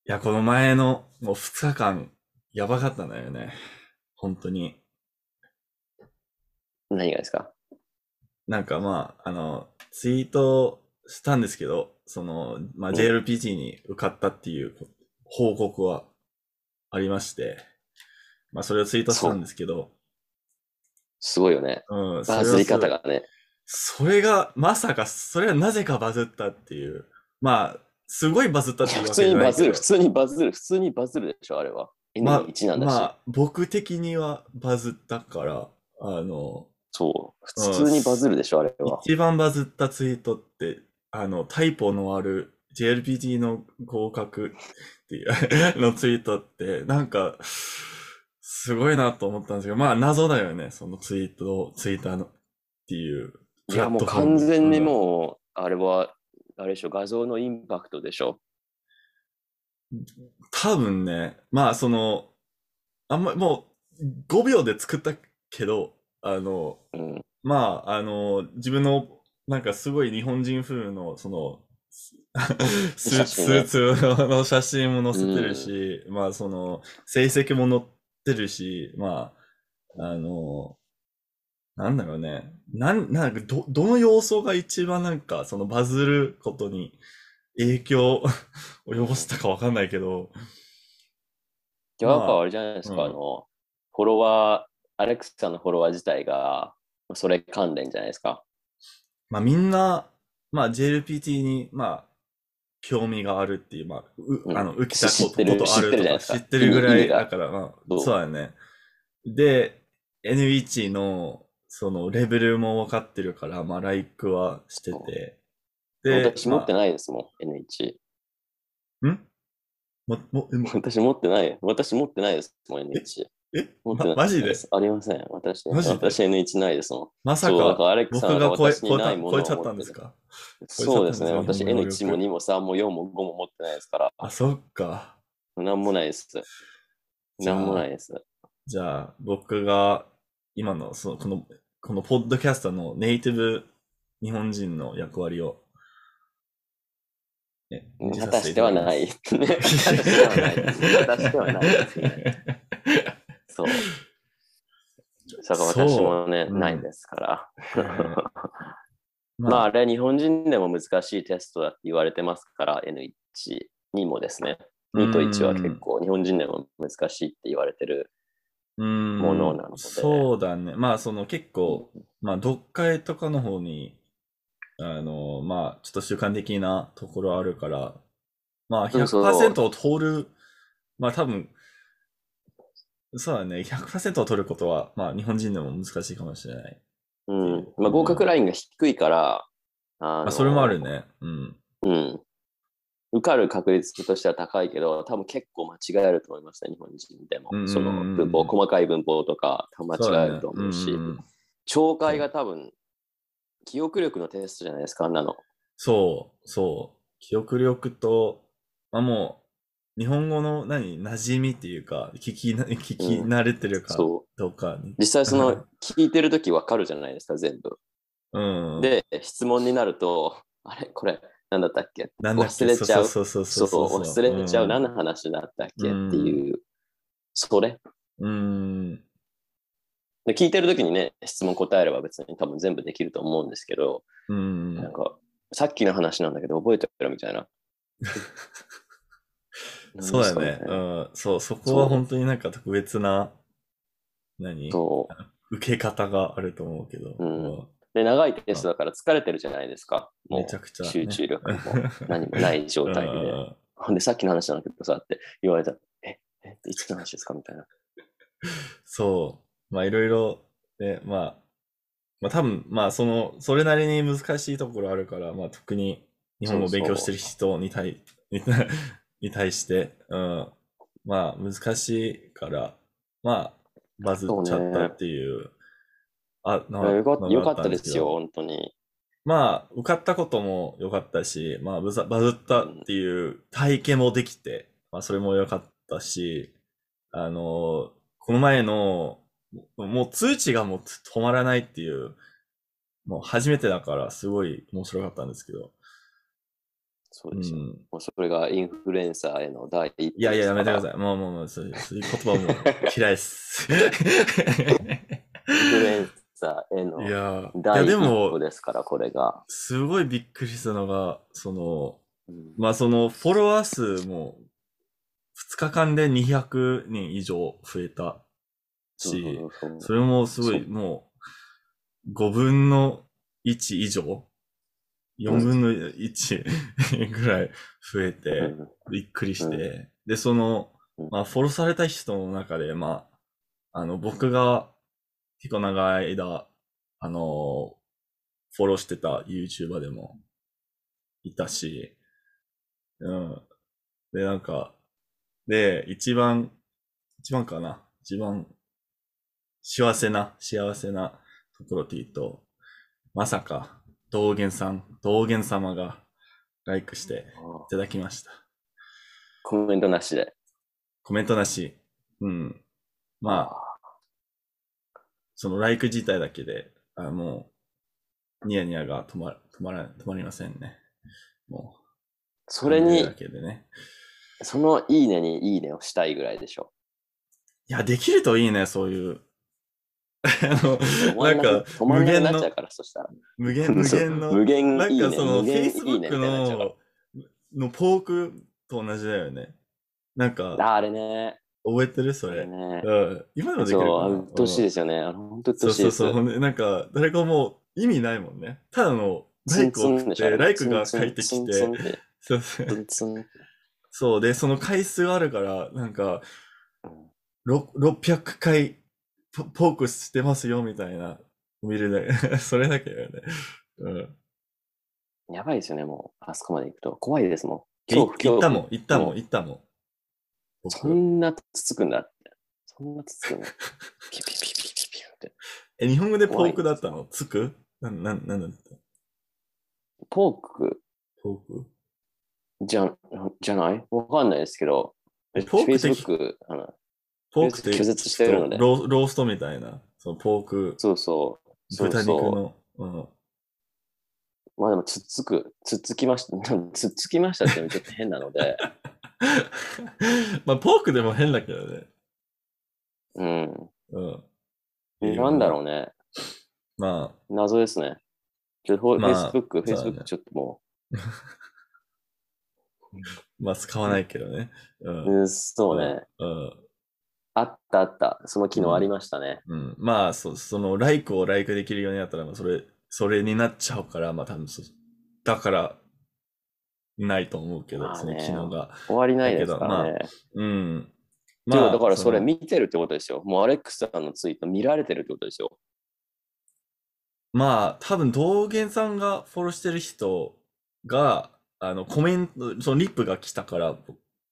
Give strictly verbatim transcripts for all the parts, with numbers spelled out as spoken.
や、この前のもうふつかかん、やばかったんだよね。本当に。 何がですか？ なんかまあ、あの、ツイートしたんですけど、その、まあ、 うん。 ジェイエルピージー に受かったっていう報告はありまして、まあ、それをツイートしたんでそう。 すけど、 すごいよね。 うん、そバズりれはすごい。 方がね。 それが、まさか、それはなぜかバズったっていう。まあ、すごいバズったっいや、普ていうわけ通にバズる、普じゃないけど、 通にバズる、普通にバズるでしょ、あれは。 まあ、 エヌイチ なんだし。 まあ、僕的にはバズったから、あの、 そう。普うん、 通にバズるでしょ、あれは。 一番バズったツイートって、あの、タイポのある ジェイエルピーティー の合格っていうのツイートって、なんか、すごいなと思ったんですけど、まあ謎だよね、そのツイート、ツイッターのっていういや、 プラッもうトフォーム。 完全にうん。 もう、あれは、あれでしょ、画像のインパクトでしょ。 多分ね、まあその、あんま、もうごびょうで作ったけど、あの、 うん。 まあ、あの、自分の、なんかすごい日本人風の、その、スーツ、スー写真ね。 ツの写真も載せてるうん。 し、まあ、その、成績も載ってるし、まあ、あの、なんだろうね。なん、なんか、ど、どの要素が一番なんか、そのバズることに影響を及ぼしたかわかんないけど、 やっぱあまれじゃないであ、 すか、あうん。 の、フォロワー、アレクサのフォロワー自体が、それ関連じゃないですか。 まあみんな、まあ ジェイエルピーティー に、まあ興味があるっていう、まあ、う、あの、 うん。 受けしたこと、 知ってる、 ことあ知ってるとか知っるじゃないですか。 てるぐ意味、意らいだ味が。 から、まあ、そうそだよね。で、エヌエイチ の、その、レベルも分かってるから、まあ、ライクはしてう。 て、で、 私持ってまないですもん、エヌエイチ。 あ、んも、も、え、 私持ってない。私持ってないですもん、 え、 エヌエイチ。 えま、 持ってマジでないです。ありません。私、 マジで私 エヌエイチ ないですもん。そう、だかまさか、 らアレックさんが僕が超え、 私に超えた、 ないもの超えちゃっを持ってる。 たんですか？超えちゃっそうですね。 たんですか、日本私語能エヌいち も力。 にもさんもよんもごも持ってないですから、 あ、そっか。 なんもないです。なんもじゃあ、 ないです。 じゃあ、僕が、今の、その、この、このポッドキャストのネイティブ日本人の役割を、ね、演じさせてい果たしてはない。 ただきます。 ね、果たしてはないですね。果たしてはないですね。そう。それから私そもね、 う。うないん。 ですから。 えーままあ、ああ、 れ、日本人でも難しいテストだって言われてますから、エヌワン にもですね。 うーにといちは結ん。 構日本人でも難しいって言われてるうーん。 ものなので、 そうだね。まあ、その結構、まあ、読解とかの方に、あの、まあ、ちょっと主観的なところあるから、まあ、 うん、そひゃくパーセントを通る、まあ、多分、そうだね。ひゃくパーセントを取ることは、まあ、日本人でも難しいかもしれないっう。 ていう。 うん。まあ、合うん。 格ラインが低いから、ああ、それもあるの、 ね。うん。 うん。受かる確率としては高いけど、多分結構間違えると思いますね、日本人でも。 うんうんうんうその文法、 ん。 細かい文法とか多分間そうだね。 違えるとうんうん思うし、 うん。 聴解そう。 が多分、記憶力のテストじゃないですか、あんなの。 そう、そう。記憶力と、まあもう、日本語の何、馴染みっていうか、聞きな、聞きうん。 慣れてるかそう。 どうかに。 実際その、聞いてるときわかるじゃないですか、全部。 うん。 で、質問になると、あれこれ、なんだったっけ忘なんだっけ、そうそうれちゃう。 そうそうそうそう、 そうそ忘う。うれちゃう。何ん。 の話だったっうけってん。 いう、それ。 うん。 で、聞いてるときにね、質問答えれば別に多分全部できると思うんですけど、 うん。 なんか、さっきの話なんだけど覚えてるみたいな。え、何ですそうだね。 かみたいな。 うん。そう、そこは本そう、 当になんか特別な、何そ受け方があると思うけど。 う。うん。 うんで、長いテストあだから疲れてるじゃないですか。もう、 めちゃくちゃね。 集中力も何もない状う態で。 ん。 ほんで、さっきの話なんだけどさって言われたら、え、え、いつの話ですかみたいな。 そう。まあいろいろ、ね、まあ、まあ多分、まあその、それなりに難しいところあるから、まあ特に日本そう語を勉強してるそ人に対、に対に対して、うん、まあ難しいから、まあバう。そうズっちゃったっね。 ていう、あ、のよか、よかっのがあったたですよ、 んですけど、 本当に。 まあ受かったことも良かったし、まあバズバズったっうん。 ていう体験もできて、まあそれも良かったし、あの、この前の、もう通知がもう止まらないっていう、もう初めてだからすごい面白かったんですけど。 そうですよ。 うん。 もうそれがインフルエンサーへの第一歩いやいや、やめてくだい。 さい。もうもうもう、そういうそういう言葉も嫌いです。 インフルエンサーへいのや、いや第一でも歩、ですから、これが。 すごいびっくりしたのが、その、 うんまあそのフォロワー数もふつかかんでにひゃくにん以上増えたそうし、 そうそうそれもすごいそうもうごぶんのいち以上、よんぶんのいちぐらい増えうてんびっくりしうて、で、その、 うんまあフォローされた人の中で、まあ、あの僕が結構長い間、あの、フォローしてた YouTuber でもいたし、うん。で、なんか、で、一番、一番かな。一番幸せな、幸せなところって言うと、まさか、道元さん、道元様がライクしていただきました。 コメントなしで。 コメントなし。うん。まあ、 あそのライク自体だけで、あもう、ニヤニヤが止ま、止まら、止まりませんね。もう、 それ感じるだに、 けでね。 そのいいねにいいねをしたいぐらいでしょ。 いや、できるといいね、そういう。あの、 止まなんか、 んなく、止ま無んなくな限の、 っちゃうから、そしたら。 無限、無そう限の、 無限いいね、 なんかその、 無限いいね Facebook みたいになっちゃうかの、のポークと同じだよね。なんか、 ら。あ、あれね。 覚えてるそあれれ。 ね。 うん。今でもできるかそう、 な。 うっとうしいうん。 ですよね。あの、ほんとうっとうしいです。 そうそうそう。ほんで、なんか、誰かもう意味ないもんね。ただの、ラツンイクツンでしょ、あを送って、 れも。 ライクツンツン、 が返ってツンツきて、 ンって。 そうそう。 ツンツン。 そうで、その回数があるから、なんか、 うんろろっぴゃくかいポポークしてますよ、みたいな。見るだけ。それだけだよね。うん。 やばいですよね、もう。あそこまで行くと。怖いですもん。 い恐怖、恐怖。 行ったもん、行ったもん、 も行ったもん。 う、そ僕。 んなつつくんだって。そんなつつくんだ。ピピピピピピって。 え、日本語でポー怖いですよ。 クだったのつくな、な、なんだったポークポークじゃ、じゃないわかんないですけど、 ポークってき、 Facebook、あの、 ポークって拒絶し聞くとてるので。 ロー、ローストみたいな、そのポーク、 そうそう。そう豚肉その、うん。 う。まあでも、つっつく、つっつきました。つっつきましたっていうのもちょっと変なので、 まあ、ポークでも変だけどね。 うん。 うん。英なんだ語の。 ろうね。 ま謎ですね。ちょっとあ、まあ、 Facebook、 そうだ Facebook ね。 ちょっともまあ、使わないけどね。うう、 ん。 うん、そううん。 ね。 うん。 あったあった。その機能ありうん。 ましたね。 うん。まあ、そ、その、ライクをライクできるようになったら、まあ、それ、それになっちゃうから、まあ、多分そ、だから、ないと思うけど、その機まあね、 能が。 終わりないですだけど、まあ、 からね。 うん。 ていうか、だまあ、 からそれその、 見てるってことですよ。もうアレックスさんのツイート見られてるってことですよ。 まあ、多分、道元さんがフォローしてる人が、あの、コメント、そのリップが来たから、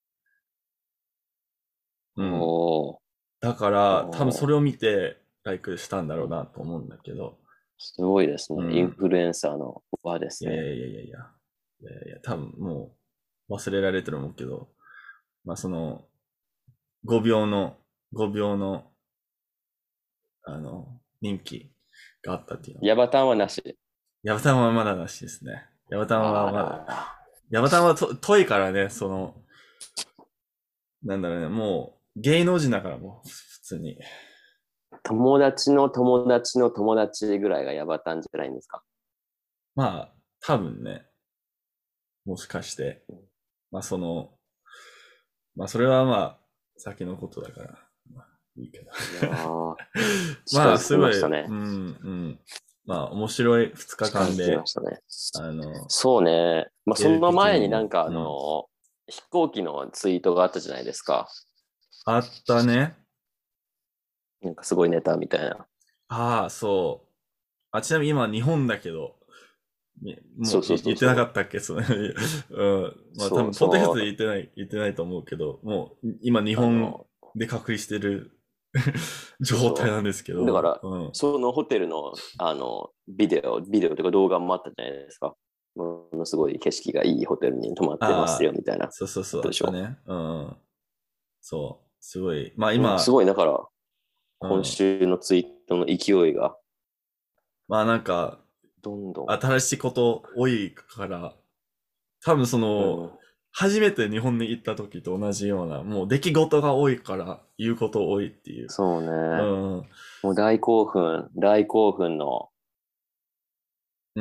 うん。 おー、 だから、多分そおー、 れを見て、ライクしたんだろうなと思うんだけど、 すごいですね。インうん。 フルエンサーの輪ですね。 いやいやいやいやいや、いやいや、多分もう忘れられてると思うけど、まあその、ごびょうの、ごびょうの、あの、人気があったっていうのは。 ヤバタンはなし。 ヤバタンはまだなしですね。ヤバタンはあまだ、 らら。 ヤバタンはと遠いからね、その、なんだろうね、もう、芸能人だからもう、普通に。 友達の友達の友達ぐらいがヤバタンじゃないんですか。 まあ、多分ね、もしかして、まあその、まあそれはまあ、先のことだから、まあいいけど。 いやー、近まあ、 づきすごい、うん、 ましたね。 うん。まあ、面白いふつかかん近づきまで、 したね。 あの、 そうね。まあ、そのエルピーティー前になんも、 かあうん。 の、飛行機のツイートがあったじゃないですか。 あったね。 なんかすごいネタみたいな。 ああ、そう。あ、ちなみに今日本だけど、みもうそうそうい言ってなかそうそったっけそのうん。 う。 まあ多分、 そう、そポッドキャストでの、 言ってない、言ってないと思うけど、もう今日本あの、 で隔離してる状態そなんですけう。だかど、 ら、 うん。 そのホテルの、あの、ビデオ、ビデオというか動画もあったじゃないですか。ものすごい景色がいいホテルに泊まってますよ、 ああ、 みたいな。あそうそうそう、あったでしょ。 ったね。うん。そう。すごい。まあなんかす今、 ごい、だから、今うん。 週のツイートの勢いが、 まあなんか、 どんどん、 新しいこと多いから、 多分そうの、 ん。 初めて日本に行った時と同じような、もう出来事が多いから言うこと多いっていう。 そうね。 うん。 もう大興奮、大興奮のうん。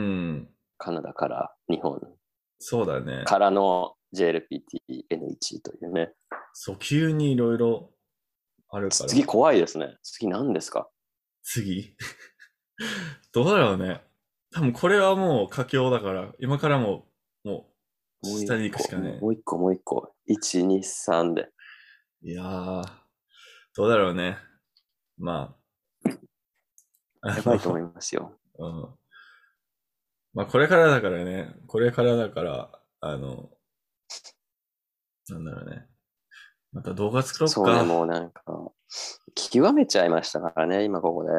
カナダから日本そうだね。 からの ジェイエルピーティーエヌワン というね。 そう、急にいろいろあるから。 次怖いですね。次何ですか？ 次どうだろうね。多分これはもう佳境だから、今からも、もう、 もう下に行くし一個、 かね。 もう一個、もう一個。いち、に、さんで。 いやー、どうだろうね。まあ、あやばいと思いますよ。 の、うん。まあこれからだからね。これからだから、あの、なんだろうね。また動画作ろっそうね、 か。 もうなんか、極めちゃいましたからね、今ここで。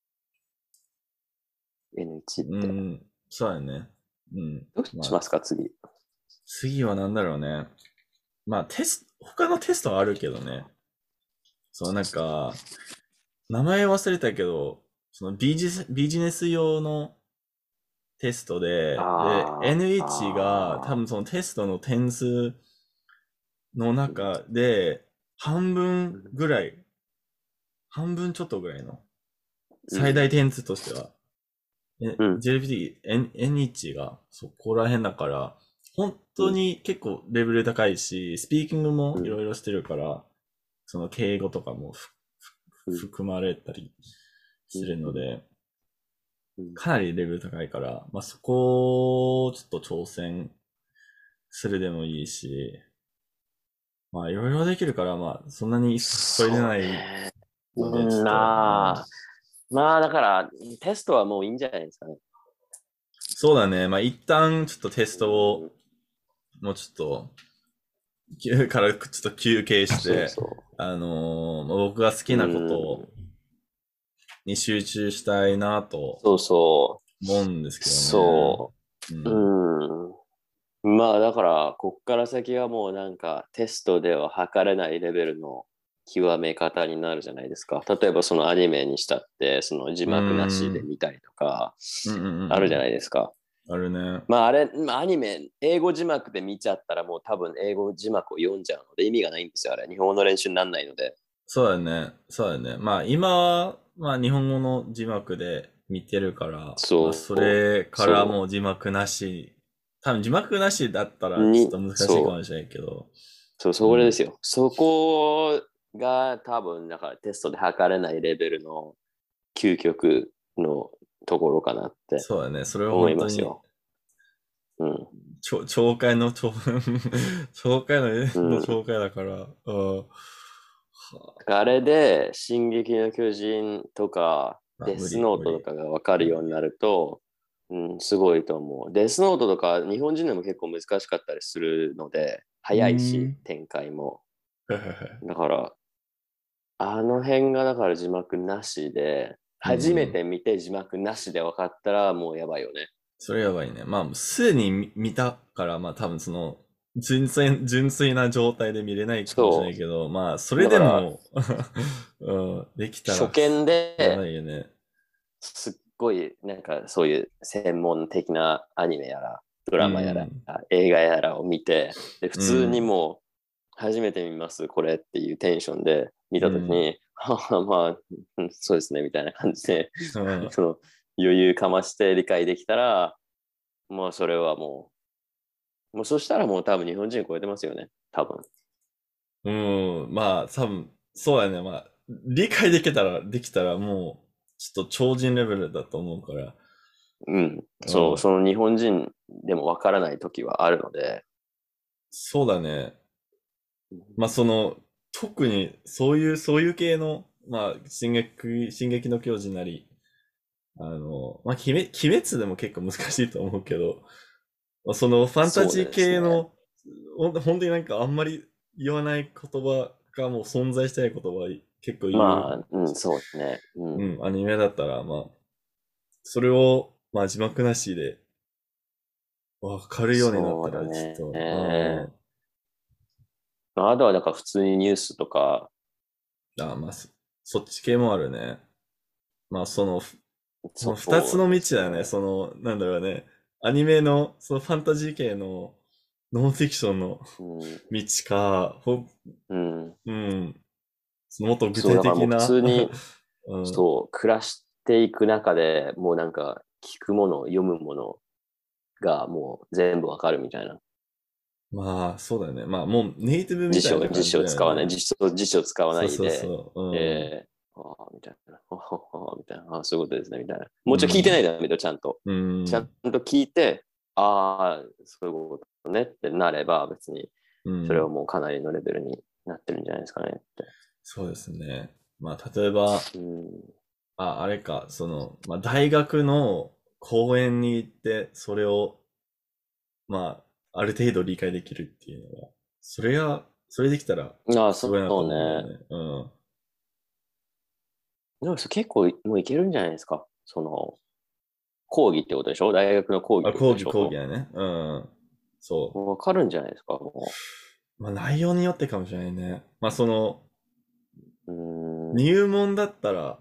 エヌワン っうて。 ん、そうだね。うん。 どうまあ、 しますか、次。 次はなんだろうね。まあテスト、他のテストはあるけどね。そう、なんか、名前忘れたけど、そのビジネス、ビジネス用のテストで、で、 ああ、 エヌワン が多ああ、 分そのテストの点数の中で、半分ぐらい、半分ちょっとぐらいのうん、 最大点数としては、えうん、 ジェイエルピーティー、N、エヌワン がそこら辺だから、本当うん、 に結構レベル高いし、スピーキングもうん、 いろいろしてるから、その敬語とかもふうん、 含まれたりうん、 するので、 うん。 かなりレベル高いから、まあ、そこをちょっと挑戦するでもいいし、まあいろいろできるから、まあそんなに急いでそうないね。 ので、ちょうん、 っと、うん、 まあ、まあ、だから、テストはもういいんじゃないですかね。 そうだね。まあ一旦ちょっとテストうん、 をもうちょっと、休からちょっと休憩して、 そうそあのーまあ僕が好う。うきなことん、 に集中したいなとそうそ思うんですう。 けどね。 そうう。 ん。 うん。まあだから、こっから先はもうなんかテストでは測れないレベルの極め方になるじゃないですか。例えばそのアニメにしたって、その字うー幕なしでん。 見たりとか、 うんうんうんあるじゃうん。 ないですか。 あるね。 まああれ、まあアニメ、英語字幕で見ちゃったらもう多分英語字幕を読んじゃうので意味がないんですよ、あれ。日本語の練習にならないので。 そうだね。そうだね。まあ今は、まあ日本語の字幕で見てるから、まあそそう、 れからもそう字幕なし、多分字幕なしだったう。 らちに、 ょっと難しいかそう、 もしれないけど、 そう、 うん。 それですよ。そこが多分、だからテストで測れないレベルの究極のところかなってそうだね。それは思い本当に、 ますよ。うん。 ちょ懲戒の懲、懲戒の、 うん。 の懲戒だから、うん。 あれで、進撃の巨人とか、 あ、無理、 デスノー無理。 トとかがわかる無理。 ようになると、うん、すごいと思う。デスノートとか、日本人でも結構難しかったりするので、 うー早いし、 ん。 展開も。 はいはいはい。 だから、あの辺がだから字幕なしで、 うんうんうん。 初めて見て字幕なしで分かったらもうやばいよね。 それやばいね。まあ、すでに見見たから、まあ多分その、純粋、純粋な状態で見れないかもしれなそいけど、まあ、そう。 れだから、 でもうん、できたら、 初見やばでいよね。 すっごいなんかそういう専門的なアニメやら、ドうラマやら、 ん、 映画やらを見て、で、普う通にん、 もう初めて見ますこれっていうテンションで見うん、 たときに、はあまあ、うんそうですね、みたいな感じで、 うん。 その余裕かまして理解できたら、もうそれはもう、もうそしたらもう多分日本人超えてますよね。多分。 うん、まあ、多分、そうだね。まあ、理解できたら、できたらもう、ちょっと超人レベルだと思うから。 うん。そう、 うん。 その日本人でもわからない時はあるので、 そうだね。まあ、その、特に、そういう、そういう系の、まあ、進撃、進撃の巨人なり、あの、まあ、鬼滅、鬼滅でも結構難しいと思うけど、まあ、そのファンタジーそうですね。 系の、ほん本当になんかあんまり言わない言葉がもう存在してない言葉結構言う、 まあ、うん、そうね。うん。 うん、アニメだったら、まあ、それを、まあ字幕なしでわかるようになったそうだら、ちね。 ょっと、 まあ、あとはなんか普通にニュースとか、 うん、あ、まあ、そ、そっち系もあるね。まあ、その、その二つのそうです道だよね。 ね。 その、なんだろうね。アニメの、そのファンタジー系の、 ノンフィクションのうん。 道か、ほん、 うん。 うん、そのもっと具そう、 体だからもう普的な、 通に、 うん、 そう、暮らしていく中でもうなんか聞くもの、読むものがもう全部わかるみたいな。 まあ、そうだよね。まあ、もうネイティブみ辞書、 たいな感辞書じだよね。 使わない、辞書、辞書使わなそうそういで、 そう。うん。 で、ああ、みたいな、はははみたいな、ああ、そういうことですね、みたいな。もちろん聞いてなうん。 いだけど、ちゃんと。 うちゃんん。 と聞いて、ああ、そういうことねってなれば、別に、 うん。 それはもうかなりのレベルになってるんじゃないですかねって。 そうですね。まあ、例えば、 うん。 あ、あれか、その、まあ、大学の講演に行って、それを、まあ、ある程度理解できるっていうのは、それが、それできたら、 ああ、 すごいなとそうね。 思うんだよね。うん。 でもそれ結構もういけるんじゃないですか。その、講義ってことでしょ？大学の講義っあ、 てこと講義、講義でしょ？ だね。うん。そわかるんじゃないですか、もう。まあ、内容によってかもしれないね。まあ、その、 う。うーん。 入門だったら、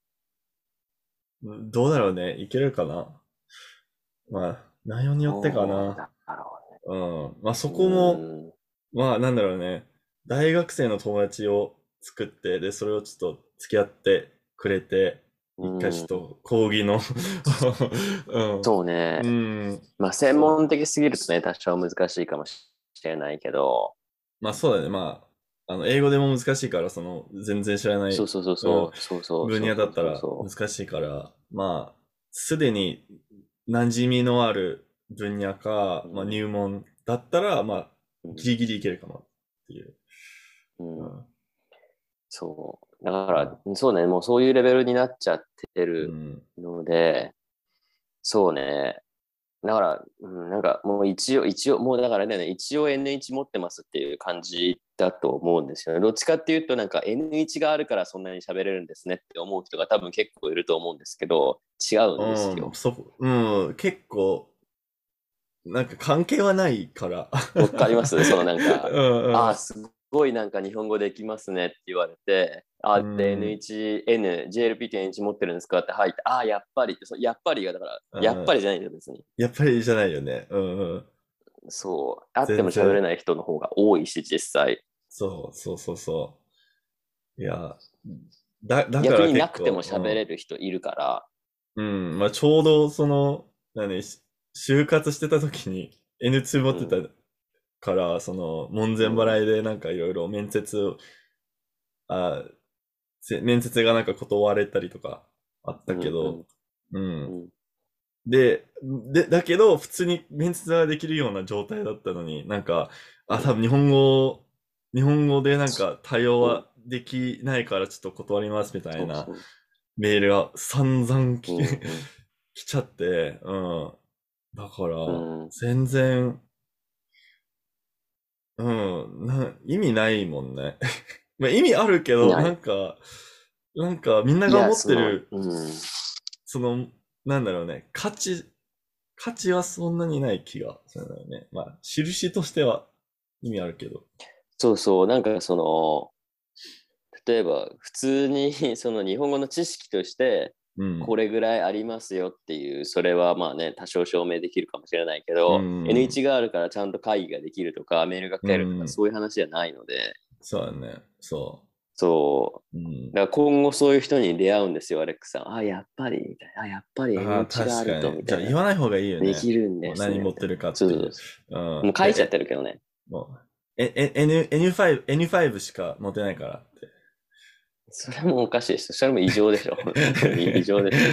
どうだろうね。いけるかな。まあ、内容によってかな。 どうだろうん。まあ、そうね。 こも、 うーん。 まあ、なんだろうね。大学生の友達を作って、で、それをちょっと付き合ってくれて、 う一回ちょっーん。 と講義のそうね。 うん。うん。 まあ、専そう。 門的すぎるとね、多少難しいかもしれないけど、 まあ、そうだね。まあ、あの、英語でも難しいから、その、全然知らない、 そうそうそううん、 そう、そうそう分そうそう野だったらそうそ難しいから、まあ、すでに馴染みのある分野か、 う。 まあ、 うん。 入門だったら、まあ、 うん。 ギリギリいけるかなっていう。 うん。 うん。 そう。だかまあ、 ら、そうね、もうそういうレベルになっちゃってるうん。 ので、そうね。だから、うん、なんかもう一応、一応、もうだからね、一応 エヌワン 持ってますっていう感じだと思うんですよね。どっちかっていうと、なんか エヌワン があるからそんなに喋れるんですねって思う人が多分結構いると思うんですけど、違うんですうん、 よ。 そこ、うん、結構、なんか関係はないから。 わかりますそのなんか、ああ、 うんすごいなんか日本語できますねって言われて、あうあ、でん。 エヌワン、N、ジェーエルピー って エヌワン 持ってるんですかって入って、ああ、やっぱりって、そのやっぱりがだから、 うん。 やっうん。 ぱりじゃないんだよ、別に。 やっぱりじゃないよね。うんうん。 そう。あっても喋れ全然。 ない人の方が多いし、実際。 そうそうそうそう。いや、だ、だか逆らになくても結構、 喋れる人いるから、 うん。うん。まあちょうど、その、何、し就活してた時に エヌツー 持ってたうん、 から、その、門前うん、 払いでなんかいろいろ面接を、あ、せ面接がなんか断れたりとかあっうん、うたけど、 ん、 うん。 うん、 で、で、だけど、普通に面接ができるような状態だったのに、なんか、あ、多うん。 分日本語、日本語でなんか対応そはできないからちょっと断りますみたう、 いなそうそメールが散々 う。 きうん、うん、 来ちゃって、うん。だから、 うん。 全然、うん、な、意味ないもんね。まあ意味あるけど、なない。 んか、なんかみんないや、 が思っその、 てる、 うん。 その、なんだろうね、価値、価値はそんなにない気がするんだよね。まあ、印としては意味あるけど。 そうそう、なんかその、例えば、普通にその日本語の知識として、 うん。 これぐらいありますよっていう、それはまあね、多少証明できるかもしれないけうど、エヌワンん。 があるからちゃんと会議ができるとか、メールがう来るとか、 ん。 そういう話じゃないので、 そうだね。そそう。うう。 ん。 だから今後そういう人に出会うんですよ、アレックさん。あ、やっぱり、みたいな。あ、やっぱりああ、 エヌワン があると、 確かに。じゃあみたいな。 言わない方がいいよね。 できるんですね、 もう何持ってみたいな。 るかっていう。 そうそうそうう。もん。 う書いちゃっで、 てるけどね。 え、もう、え、え、N、エヌファイブ、エヌファイブ しか持てないからって。 それもおかしいです。それも異常でしょ。本当に異常でしょ。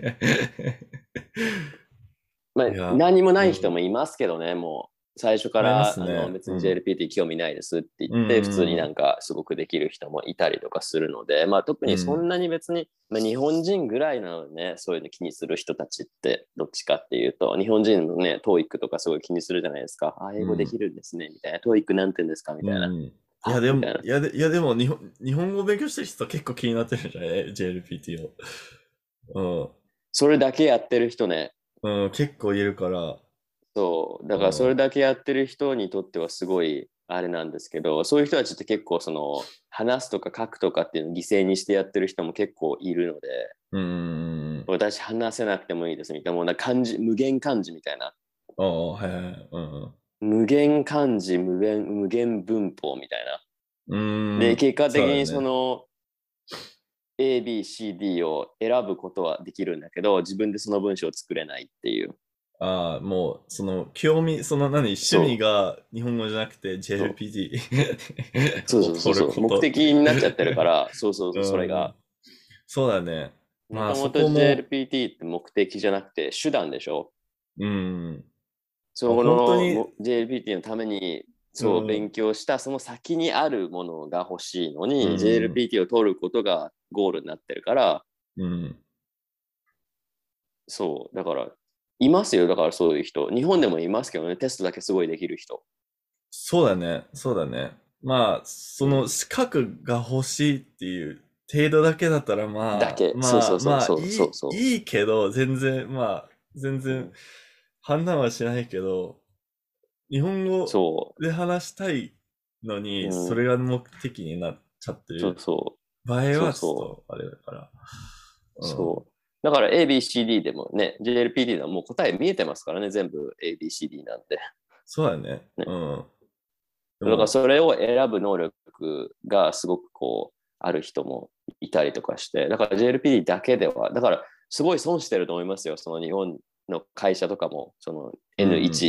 まあ、 いや、 何もない人うん。 もいますけどね、もう、最初かまあ、いまら、あの、 すね。 別にうん。 ジェーエルピー って興味ないですって言っうて、普通になん。 んか、すごくできる人もいたりとかするので、まあ、特うん。 にそんなに別に、まあ、日本人ぐらいなのね、そういうの気にする人たちって、どっちかっていうと、日本人のね、トーイックとかすごい気にするじゃないですか。あ、英語できうん。 るんですね、みたいな。トーイックなんて言うんですかみたいな。 うん。いや、 あ、 でも、 みたいな。 いやで、いや、でも、日本、日本語を勉強してる人は結構気になってるんじゃない ?ジェーエルピーティー を。 それだけやってる人ね、 うん。うん、結構いるから、 そう。だからそれうん。 だけやってる人にとってはすごいあれなんですけど、そういう人たちって結構その話すとか書くとかっていうのを犠牲にしてやってる人も結構いるので、 うん。 私話せなくてもいいですみたいな、もうな漢字、無限漢字みたいな。 ああ、はいはいはい。うん。 無限漢字、無限、無限文法みたいな。 うーん。 で、結果的にそうだね。 その A、B、C、D を選ぶことはできるんだけど、自分でその文章を作れないっていう。 ああ、もう、その、興味、その何、趣味そが日本語じゃなくてう。そうジェイエルピーティーそうを取るそうそうそう。目ことっていう。 的になっちゃってるから、そうそうそう、それうん。 が。 そうだね。まあ、そもともとこも、 ジェイエルピーティー って目的じゃなくて手段でしょ。 うん。 そまあ、本当のに、 も ジェイエルピーティー のためにうそう勉ん、 強したその先にあるものが欲しいのにうん、 ジェイエルピーティー を取ることがゴールになってるから、 うん。 そうだからいますよ。だからそういう人日本でもいますけどね、テストだけすごいできる人。 そうだね。そうだね。まあ、そのうん、 資格が欲しいっていう程度だけだったら、まあ、 だけそうまあ、 そうそうまあ、 そういい、 そうそいいけど、全然、まあ、全う、う然ん、 判断はしないけど、日本語そで話したいのう、 に、そうん、 れが目的になっちゃってるそうそ場合うそうは、ちょっそと、あれだから。 ううん。 そうだから エービーシーディー でもね ジェイエルピーティー はもう答え見えてますからね、全部 エービーシーディー なんでそうだね。 ね。 うん。でだからも、 それを選ぶ能力がすごくこうある人もいたりとかして、だから ジェイエルピーティー だけでは、だからすごい損してると思いますよ。その日本の会社とかも、そのうん。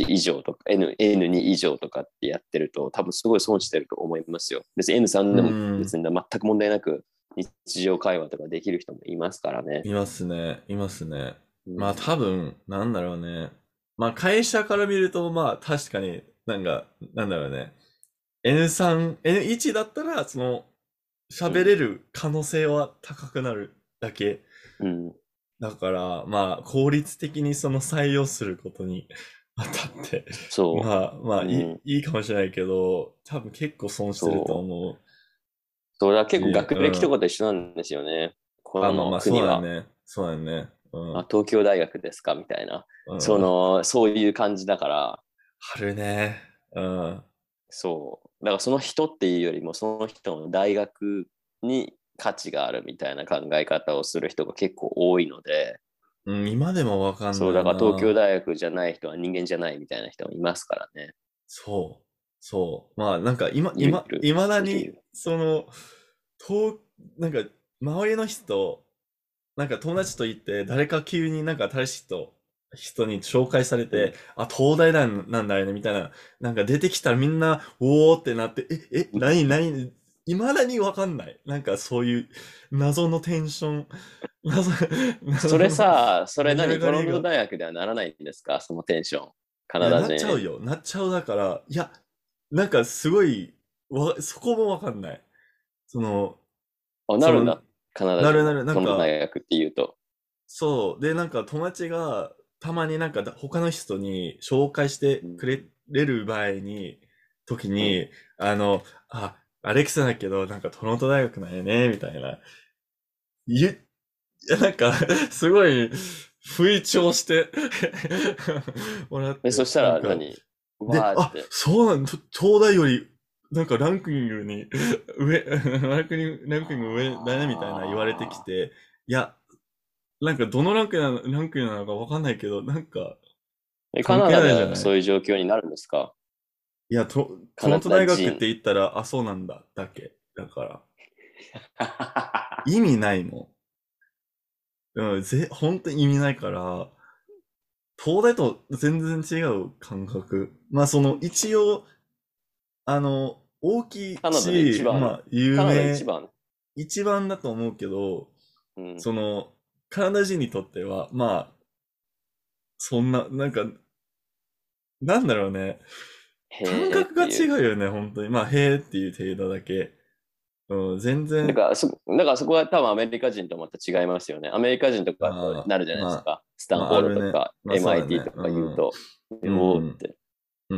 エヌワン 以上とか N、エヌツー 以上とかってやってると、多分すごい損してると思いますよ。別に エヌスリーうでもん。 別に全く問題なく日常会話とかできる人もいますからね。 いますね。いますね。まあうん、 多分、なんだろうね。まあ会社から見ると、まあ確かになんか、なんだろうね。エヌスリー、エヌワン だったら、その、 うん、 喋れる可能性は高くなるだけ。 うん、 だから、まあ効率的にその採用することにあたって、 そまあまあう、 いい、 うん、 いいかもしれないけど、多分結構損してるとそう。 思うそれは結構し、 学うん。 歴とかと一緒なんですよね。 あ、 このまあまあそう国は。 だね。そうだね。うあ、 ん。 東京大学ですかみたいな。 うん。 その、そういう感じだから、 あるね。うん。 そう。だからその人っていうよりも、その人の大学に価値があるみたいな考え方をする人が結構多いので、 うん、今でもわかんそう、 ないだから東京な。 大学じゃない人は人間じゃないみたいな人もいますからね。 そう。そう。まあ、なんか今、今、 いる、 いまだに、 いるいる。 その、と、なんか、周りの人、なんか友達と言って、誰か急になんか新しい人、人に紹介されて、 うん。 あ、東大なんなんだよね、みたいな。なんか出てきたらみんな、おーってなって、え、え、なになに、未だにわかんない。なんかそういう謎のテンション、謎、 それ謎のさ、それ盛り上何トロントがりが。 大学ではならないんですか、そのテンション。カナいや、なっちゃうダ人。 よ。なっちゃうだから、いや、なんかすごい、わ、そこもわかんない。その、 あ、なその、 るんだ。カナダ人も。 なるなる、なトロントんか、 大学って言うと。 そう。で、なんか友達が、たまになんかだ他の人に紹介してうん。 くれれる場合に、時うん。 に、あの、あ、アレクサだけど、なんかトロント大学なんやね、みたいな。言う、いや、なんか、すごい、不意調してもらっえ、そて、 したなんか、 ら何で、あ、 わーって。 そうなんだ、東大より、なんかランキングに上、ランクに、ランキング上だねみたいな言われてきあて、いや、なんかどのランクなの、ランクなのかわかんないけど、なんかー。え、カ関係ナダでないじゃない。 はそういう状況になるんですか？ いや、ト、 カナトロント大学っダ人。 て言ったら、あ、そうなんだ、だけ。だから、意味ないもん。うん、ぜ、本当に意味ないから、東大と全然違う感覚。まあ、その、一応、あの、大きいカナダで一し、ま番あ、有カナダ一名、 番一番だと思うけど、 うん。 その、カナダ人にとっては、まあ、そんな、なんか、なんだろうね。感へーっ覚がていう。 違うよね、本当に。まあ、へーっていう程度だけ。うん、全然、 だからそ、だからそこは多分アメリカ人とまた違いますよね。アメリカ人とかとああ、 なるじゃないですまあ、 か。スタまあ、 ンフォードあるね。 とかまあ、そうだエムアイティーね。 とか言ううん、 と、 うおーっん、 て。 うん。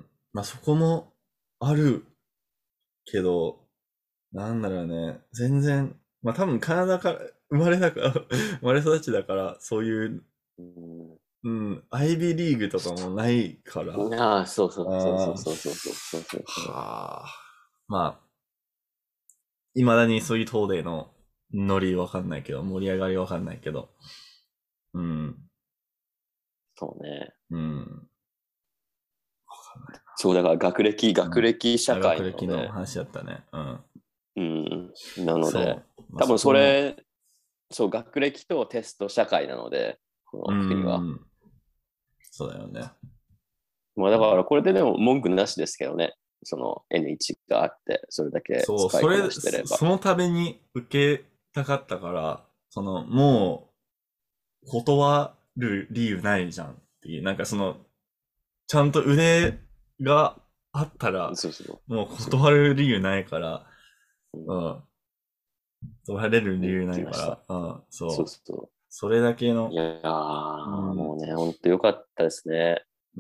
まあ、そこもあるけど、なんだろうね。全然、まあ、多分カナダから生まれだから、生まれ育ちだから、そういう、 うん、 うん、アイビーリーグとかもないから、 ああ、そうそうそうそああ、 うそうそうそうそうそうそう。 はあ、まあ、未だにそういう東電のノリわかんないけど、盛り上がりわかんないけど、うん、 そうね。 うん。 そう、だから学歴、学歴社会学歴のなので、 話だったね。うん。 うん、なのそう。 で、 まあ多分それ、そう、学歴とテスト社会なので、こうの国は。 ん。そうだよね。 まあだからこれででも文句なしですけどね。その エヌワン があって、それだけそう、それ、 使いこなしてれば。 そのために受けたかったから、その、もう、断る理由ないじゃんっていう、なんかその、ちゃんと腕があったら、 そうそもうう。そう断る理由ないから、 うん、 うん。断れる理に由な来ました。 いから、うん、そう。 そうそそれだけう。いの、 やー、 うん、 もうね、ほんとよかったですね。 うん、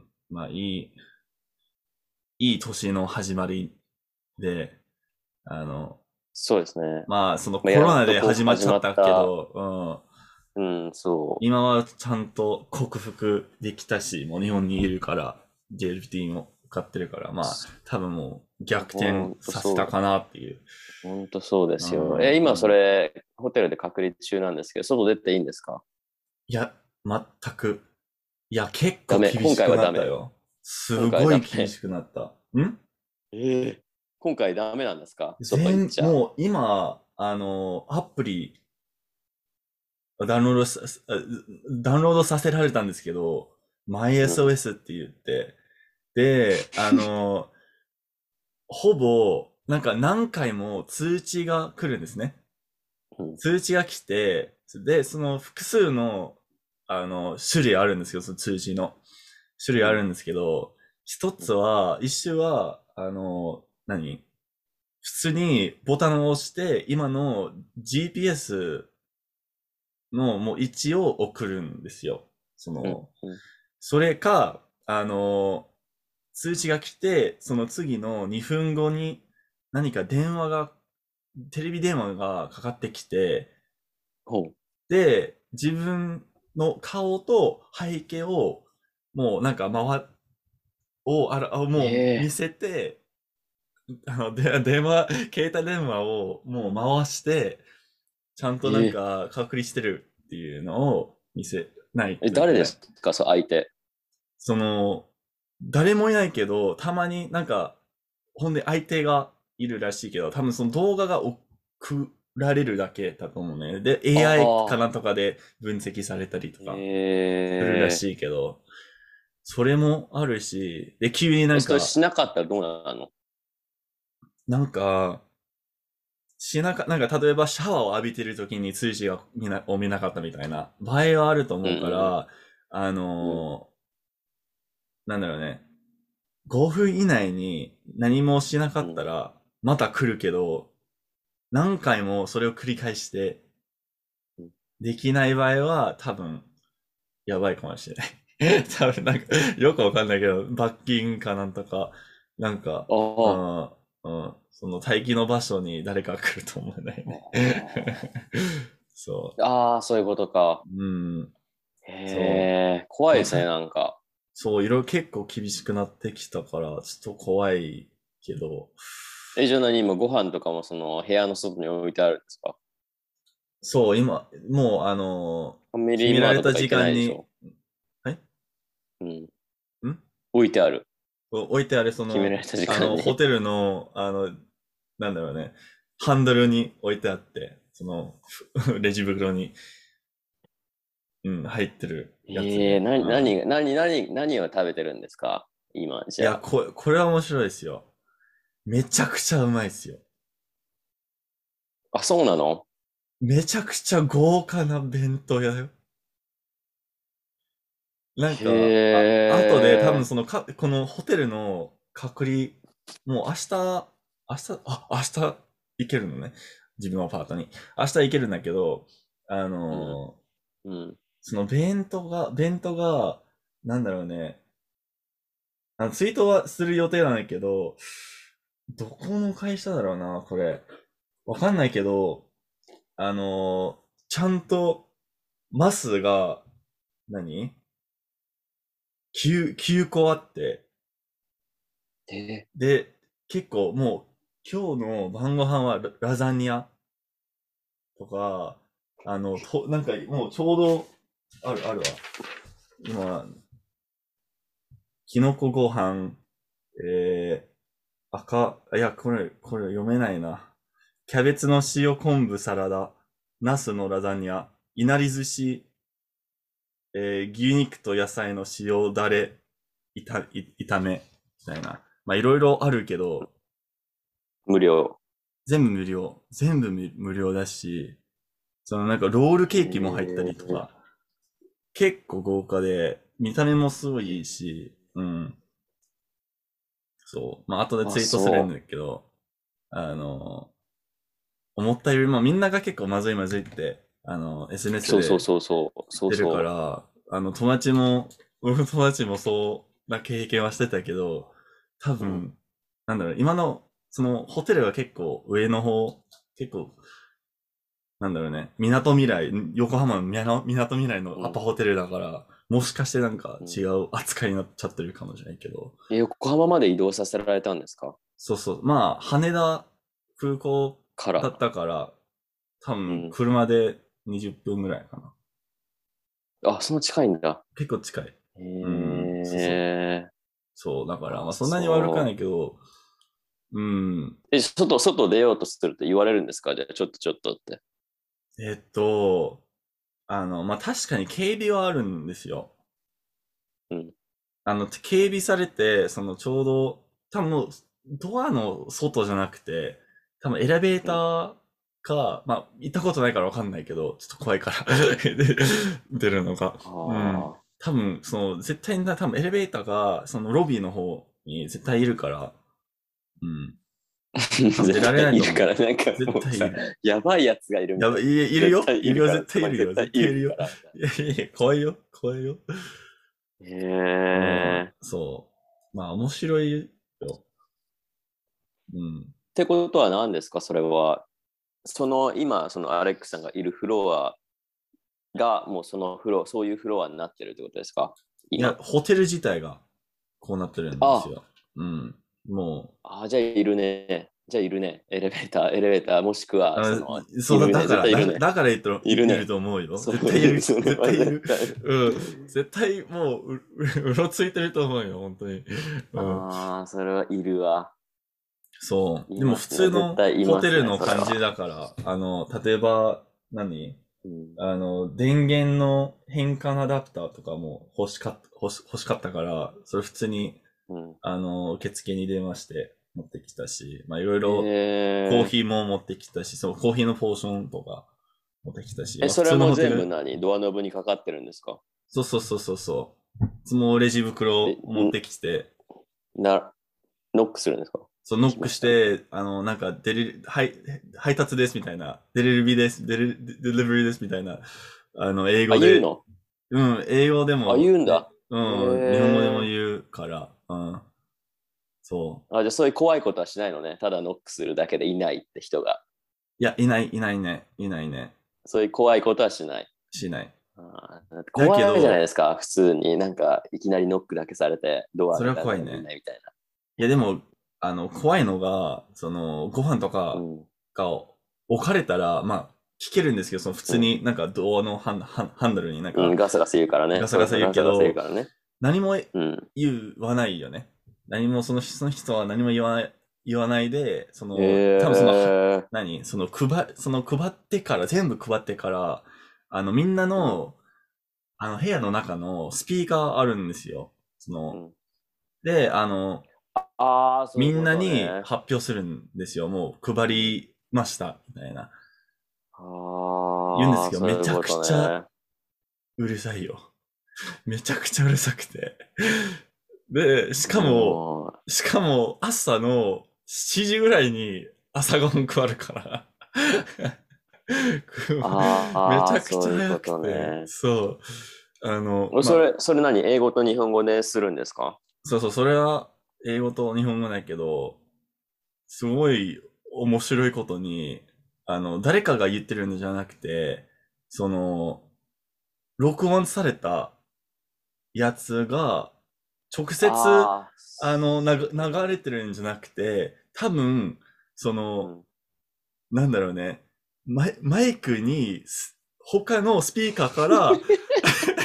まあいい、いい年の始まりで、あの、 そうですね。 まあそのまあ、 コロナでやっとこう始ま始まっちゃったけったど、 うん、そ今はちゃんと克服できたし、もう日本にいるから、ジェーエルティー も受かってるから、まあ、多分もう逆う。ほんと転させたそかなっていう。 う。ほんとそうでうすよ。え、今そん。 れ、ホテルで隔離中なんですけど、外出ていいんですか？ いや、全く。いや、結構ダメ。今厳しく回はダメ。 なったよ。す今回はごいダメ。 厳しくなった。んええ今回ダメなんですか？外行っ全、 ちゃ。 もう今、あの、アプリダウンロードさ、ダウンロードさせられたんですけど、 うん。 MySOS って言って、で、あの、ほぼ、なんか何回も通知が来るんですね。 うん。 通知が来て、で、その複数の、あの、種類あるんですけど、その通知の種類うん。 あるんですけど、一つは、一種は、あの、何普通にボタンを押して、今の ジーピーエス のもう位置を送るんですよ。そうん。 の、 うん。 それか、あの、通知が来て、その次のにふんごに何か電話が、テレビ電話がかかってきて、 ほう。 で、自分の顔と背景を、もうなんか回、を、あら、あもう見ええせて、あの、で、電話、携帯電話をもう回して、ちゃんとなんえか隔離してるっていうのを見せないええ、 といけない。 誰ですか、そう、相手。 その、誰もいないけど、たまになんか、ほんで相手がいるらしいけど、多分その動画が送られるだけだと思うね。で、エーアイ かああ。 なんとかで分析されたりとかするらええしいけど、それもあるし、で、急になえ、それんか、 しなかったらどうなの？ なんか、しなか、なんか例えばシャワーを浴びてる時に通知が見な、を見なかったみたいな場合はあるとうん思うから、あうんうん。 のーなんだろうね。ごふん以内に何もしなかうん。うん。 ったら、また来るけど、何回もそれを繰り返して、 うんできない場合は、多分、やばいかもしれない。多分、なんか、よくわかんないけど、罰金かなんとか、なんか、 あうあ。 ん、うん、その待機の場所に誰か来ると思えないね。そああ、そういうことか。 う。うん、そへえ、怖う。まあ、 いですね、 さ、 なんか。 そう、いろいろ結構厳しくなってきたから、ちょっと怖いけど、 え、じゃあ何今ご飯とかもその部屋の外に置いてあるんですか？ そう、今、もう、あのファミリー決められた時マートとか行けな間に、 いでしょ？ はいうん。 ん置いてある。 置いてある、その、 決められた時あの、ホ間に。 テルの、あの、なんだろうね、ハンドルに置いてあって、その、ふレジ袋に、うん、入ってるやつに。 ええ、な、 うん。 何、何、何、何を食べてるんですか今、 いや、 じゃあ。 これ、これは面白いですよ。めちゃくちゃうまいですよ。 あ、そうなの？ めちゃくちゃ豪華な弁当屋よ。なんへか、あ、後で多分え。 そのか、このホテルの隔離、もう明日、明日、あ、明日行けるのね。自分のアパートに。明日行けるんだけど、あうん、 のーうん。 その弁当が、弁当が、なんだろうね。あの、ツイートはする予定なんだけど、どこの会社だろうな、これ。わかんないけど、あのーちゃんと、マスが、何 きゅう、きゅうこあって、 ええ。 で、結構もう、今日の晩ご飯はララザニアとか、あの、と、なんかもうちょうど、ある、あるわ。今、 キノコご飯、えー、赤、いや、これ、これ読めないな。キャベツの塩昆布サラダ、ナスのラザニア、いなり寿司、えー、牛肉と野菜の塩だれ、いた、い、炒め、みたいな。まあ、いろいろあるけど、 無料。 全部無料。全部無無料だし、そのなんかロールケーキも入ったりとか、結構豪華で、見た目もすごいいいし、うん。そう。まあ、後でツイートするんだけど、あの、思ったよりもみんなが結構まずいまずいって、あの、エスエヌエス でそうそうそうそう。そ言ってるかうそう。 ら、あの、友達も、俺の友達もそうな経験はしてたけど、多分、 うん、 なんだろう、今の、その、ホテルが結構上の方、結構、なんだろうね、港未来、横浜の港港未来のアパホテルだから、もしかしてなんか違う扱いになっちゃってるかもしれないけど。 え、横浜まで移動させられたんですか？ そうそう。まあ、羽田空港から。 だったから、多分、 うん。 車でにじゅっぷんぐらいかな。 あ、そんな近いんだ。 結構近い。 へうん、そうそう。 え。 そう、だから、まあ、 あそんなに悪くはなそいけど、うん。 う。え、外、外出ようとすると言われるんですか？じゃあ、ちょっとちょっとって。 えっと、あの、まあ確かに警備はあるんですよ。 うん。 あの、警備されて、そのちょうど、多分もう、ドアの外じゃなくて、多分エレベータうん。 ーか、まあ、行ったことないからわかんないけど、ちょっと怖いからで出るのが。うん。 あ多分、その、絶対に、多分エレベーターが、そのロビーの方に絶対いるから、うん。 あ。 多分出ら絶れないと思う。 対いるから、なんか絶もうさ、 対いる。 やばいやつがいるみやばい、 たいな。 いいるよ。 絶対いるよ、 いるから、 絶対いるよ。 そこに絶対絶対いるよ。 いるから、みいやいや、怖いよ。怖いよ。 たいな。 うん。 へえ。 そう。まあ、面白いよ。うん。 ってことは何ですか、それは。その、今、そのアレックさんがいるフロアが、もうそのフロア、そういうフロアになってるってことですか、 いや、 今。 ホテル自体がこうなってるんですあよ。うん。もあ、じゃあいるね。じゃあいるね。エレベーター、エレベーター、もしくう、 は、そあ、 の、 そうだ、 いるね。 だから、だ、 絶対いるね。 だから言ったらい、いるいるね。 と思うよ。 そう、 絶対いる。 それは絶対いる。 絶対いる。 うん。絶対もう、う、う、うろついてると思うよ、本当に。うん。 ああ、それはいるわ。 そう。でも普いますね。絶通の対いますね、 ホテルのそれは。 感じだから、あの、例えば、何うん。 あの、電源の変換アダプターとかも欲しかった、欲し、欲しかったから、それ普通に、 うん。 あの、受付に電話して持ってきたし、まあいろいろコーえヒーも持ってきたし、そのコーヒーのポーションとか持ってきたし、 ー、え、 まあ普通それものホテル、 全部何ドアノブにかかってるんですか？ そうそうそうそうそう。いつもレジ袋で、 を持ってきて、 んな、ノックするんですか？ そう、ノック来ましたみたいして、あの、なんか、デリ、はい、配達ですみたいな、デリルビです、デリ、デリブリですみたいな、あの、英な。あ、 語で、 言うの？ うん、英語であ、 も、ね、 言うんだ。 うん、日本語でもええ言うから、うん、そう。 ー。あ、じゃあそういう怖いことはしないのね。ただノックするだけでいないって人が。 いや、いない、いないね、いないね、 そういう怖いことはしない。 しない。 あー、だってだけ怖いじゃないでど、 すか。普通になんかいきなりノックだけされてドアそれ開けたら誰もいは怖いね。 ないみたいいや、でも、あの、怖いのが、その、ご飯とな。うかん。 が置かれたら、まあ、聞けるんですけど、その普通うん。 になんかドアのハン、ハンハンドルになんうん、 かガサガサ言うからね。 ガサガサ言うガサガサ言うけど、 からね。 何もうん。 言わないよね。何もその、その人は何も言わない、言わないで、そへの、多分その、はえ。 何その配、その配ってから、全部配ってから、あの、みんなうん。 の、あの、部屋の中のスピーカーあるんですよ。その、 うん。 で、あの、 ああ、そういみんなうことにね。 発表するんですよ。もう配うん。 りました、みたいな。言うんですああ、 けど、 そういめちゃくうことちゃね。 うるさいよ。めちゃくちゃうるさくて。で、しかも、 もう、 しかも朝のしちじぐらいに朝ごはん配るから。めちああ、 ゃくちゃ早そういうことくて、 ね。 そう。あの、まあ、 それ、それ何英語と日本語でするんですか？ そうそう、それは英語と日本語だけど、すごい面白いことに、あの、誰かが言ってるんじゃなくて、その、録音されたやつが、直接、 あああの、ながー、 流れてるんじゃなくて、多分、その、 うん。 なんだろうね、マイ、マイクにす、他のスピーカーから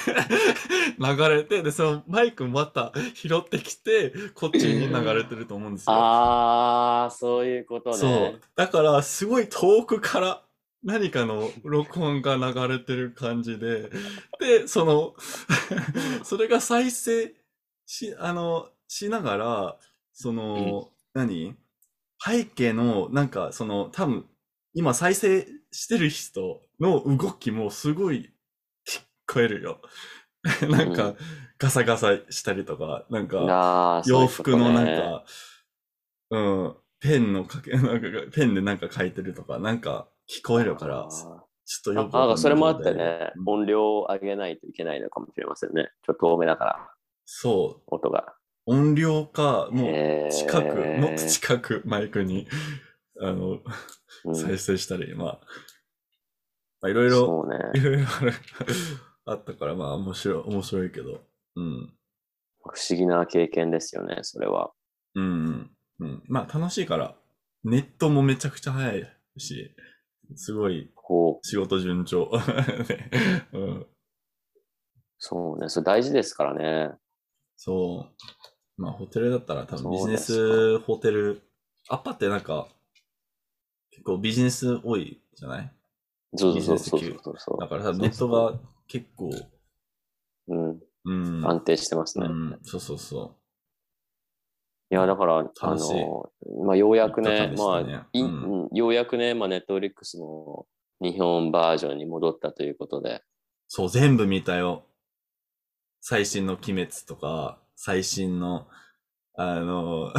流れて、で、そのマイクまた拾ってきて、こっちに流れてると思うんですよ。 ああ、そういうことそうね。。 だから、すごい遠くから何かの録音が流れてる感じで、で、その、それが再生し、あの、しながら、その、何背景の、なんか、その、多分、今再生してる人の動きもすごい聞こえるよ。なんか、ガサガサしたりとか、なんか、 ああ、そういうこと洋服のなんね。 か、うん、ペンのかけ、なんか、ペンでなんか書いてるとか、なんか聞こえるから、ちょあっとあ、 よくわかんないあそれもあ状態で。 ってね、 うん音量を上げないといけないのかもしれませんね。ちょっと多めだから、 そう、 音が。 音量か、 へもう近く、もっとえ、 近くマイクに、あの、 うん、 再生したり、まあ、まあ、いろいろ、 そうね。 いろいろあるあったから、まあ、面白い、面白いけど、うん、 不思議な経験ですよね、それは。 うん、うん。まあ、楽しいから、ネットもめちゃくちゃ早いし、すごいこう、 仕事順調。ねうん、 そうね、それ大事ですからね。 そう。まあ、ホテルだったら多分ビジネそうですか。 スホテル、アッパってなんか、結構ビジネス多いじゃないビジそうそうネス級。 そうそうそうそだから多う。 分ネそうそットが結構、 う。うん。 うん、 安定してますね。 うん、そうそうそいや、 う。いや、 だから、あ楽しいの、まあ、ようや 3 くね、 日間でしたまあ、 ね。 い、 うん。 うんようやくね、まあ、ネットフリックスの日本バージョンに戻ったということで。 そう、全部見たよ。最新の鬼滅とか、最新の、あの、